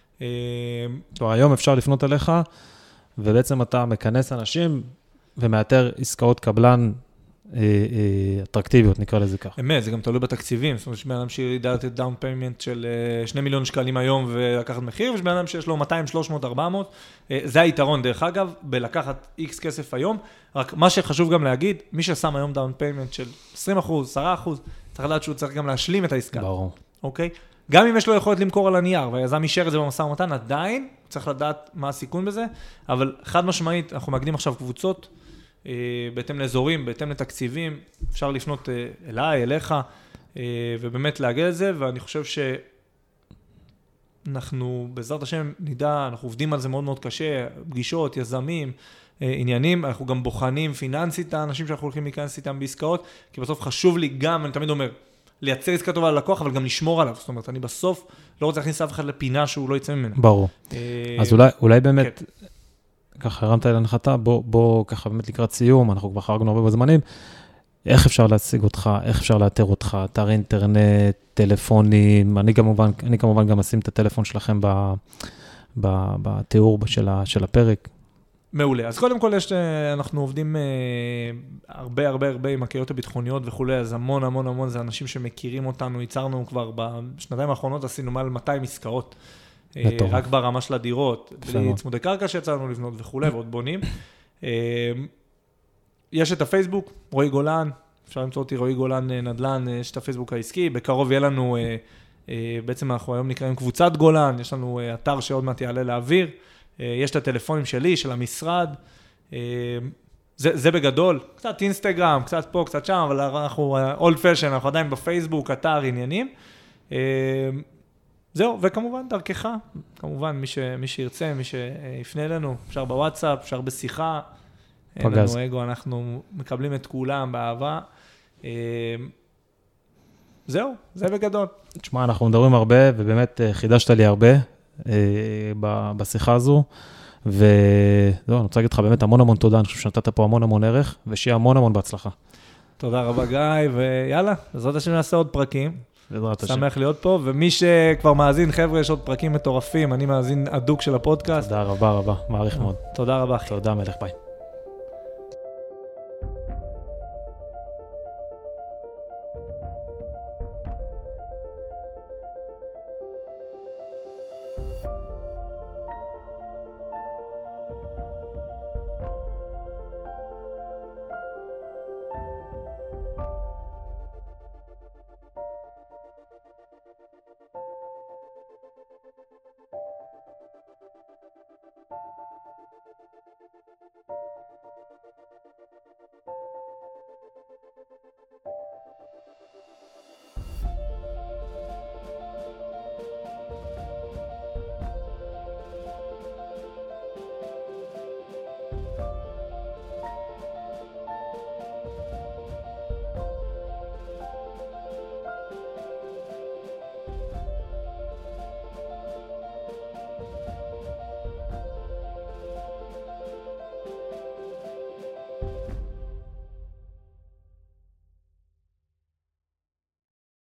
טוב, היום אפשר לפנות אליך, ובעצם אתה מכנס אנשים, ומאתר עסקאות קבלן אה, אה, אטרקטיביות, נקרא לזה כך. אמת, זה גם תלוי בתקציבים. זאת אומרת, יש בן אדם שידע לתת דאון פיימנט של שני מיליון שקלים היום ולקחת מחיר, ויש בן אדם שיש לו מאתיים, שלוש מאות, ארבע מאות. זה היתרון, דרך אגב, בלקחת איקס כסף היום. רק מה שחשוב גם להגיד, מי ששם היום דאון פיימנט של עשרים אחוז, עשרה אחוז, צריך לדעת שהוא צריך גם להשלים את העסקה. ברור. אוקיי? גם אם יש לו יכולת למכור על הנייר, והיזם יישאר את זה במשא ומתן, עדיין צריך לדעת מה הסיכון בזה, אבל חד משמעית, אנחנו מאגדים עכשיו קבוצות, בהתאם לאזורים, בהתאם לתקציבים, אפשר לפנות אליי, אליך, ובאמת לאגד את זה, ואני חושב שאנחנו, בעזרת השם, נדע, אנחנו עובדים על זה מאוד מאוד קשה, פגישות, יזמים, עניינים, אנחנו גם בוחנים פיננסית את האנשים שאנחנו הולכים להיכנס איתם בעסקאות, כי בסוף חשוב לי גם, אני תמיד אומר, לייצר עסקה טובה ללקוח, אבל גם לשמור עליו. זאת אומרת, אני בסוף לא רוצה להכניס אף אחד לפינה שהוא לא יצא ממנו. ברור. אז אולי, אולי באמת, ככה הרמת אל הנחתה, בוא, בוא ככה באמת לקראת סיום, אנחנו כבר חרגנו הרבה בזמנים, איך אפשר להציג אותך, איך אפשר לאתר אותך, אתר אינטרנט, טלפונים, אני כמובן, אני כמובן גם אשים את הטלפון שלכם ב, ב, בתיאור של, ה, של הפרק. מעולה. אז קודם כל יש, אנחנו עובדים אה, הרבה הרבה הרבה עם הקהילות הביטחוניות וכולי, אז המון המון המון זה אנשים שמכירים אותנו, ייצרנו כבר בשנתיים האחרונות, עשינו מעל מאתיים עסקאות, אה, רק ברמה של הדירות, בלי צמודי קרקע שיצרנו לבנות וכולי, ועוד בונים. אה, יש את הפייסבוק, רועי גולן, אפשר למצוא אותי רועי גולן נדל"ן, יש את הפייסבוק העסקי, בקרוב יהיה לנו, אה, אה, בעצם אנחנו היום נקראים קבוצת גולן, יש לנו אה, אתר שעוד מעט יעלה לאוויר, יש את הטלפונים שלי, של המשרד, זה, זה בגדול, קצת אינסטגרם, קצת פה, קצת שם, אבל אנחנו אולד פשן, אנחנו עדיין בפייסבוק, אתר, עניינים. זהו, וכמובן דרכך, כמובן מי, ש, מי שירצה, מי שיפנה אלינו, אפשר בוואטסאפ, אפשר בשיחה, אין לנו אגו, אנחנו מקבלים את כולם באהבה. זהו, זה בגדול. תשמע, אנחנו מדברים הרבה, ובאמת חידשת לי הרבה בשיחה הזו, וזהו, אני רוצה להגיד לך באמת המון המון תודה, אני חושב שנתת פה המון המון ערך, ושיהיה המון המון בהצלחה. תודה רבה גיא, ויאללה, בעזרת השם נעשה עוד פרקים. בעזרת השם. שמח להיות פה, ומי שכבר מאזין, חבר'ה, יש עוד פרקים מטורפים, אני מאזין אדוק של הפודקאסט. תודה רבה רבה, מעריך מאוד. תודה רבה אחי. תודה מלך, ביי.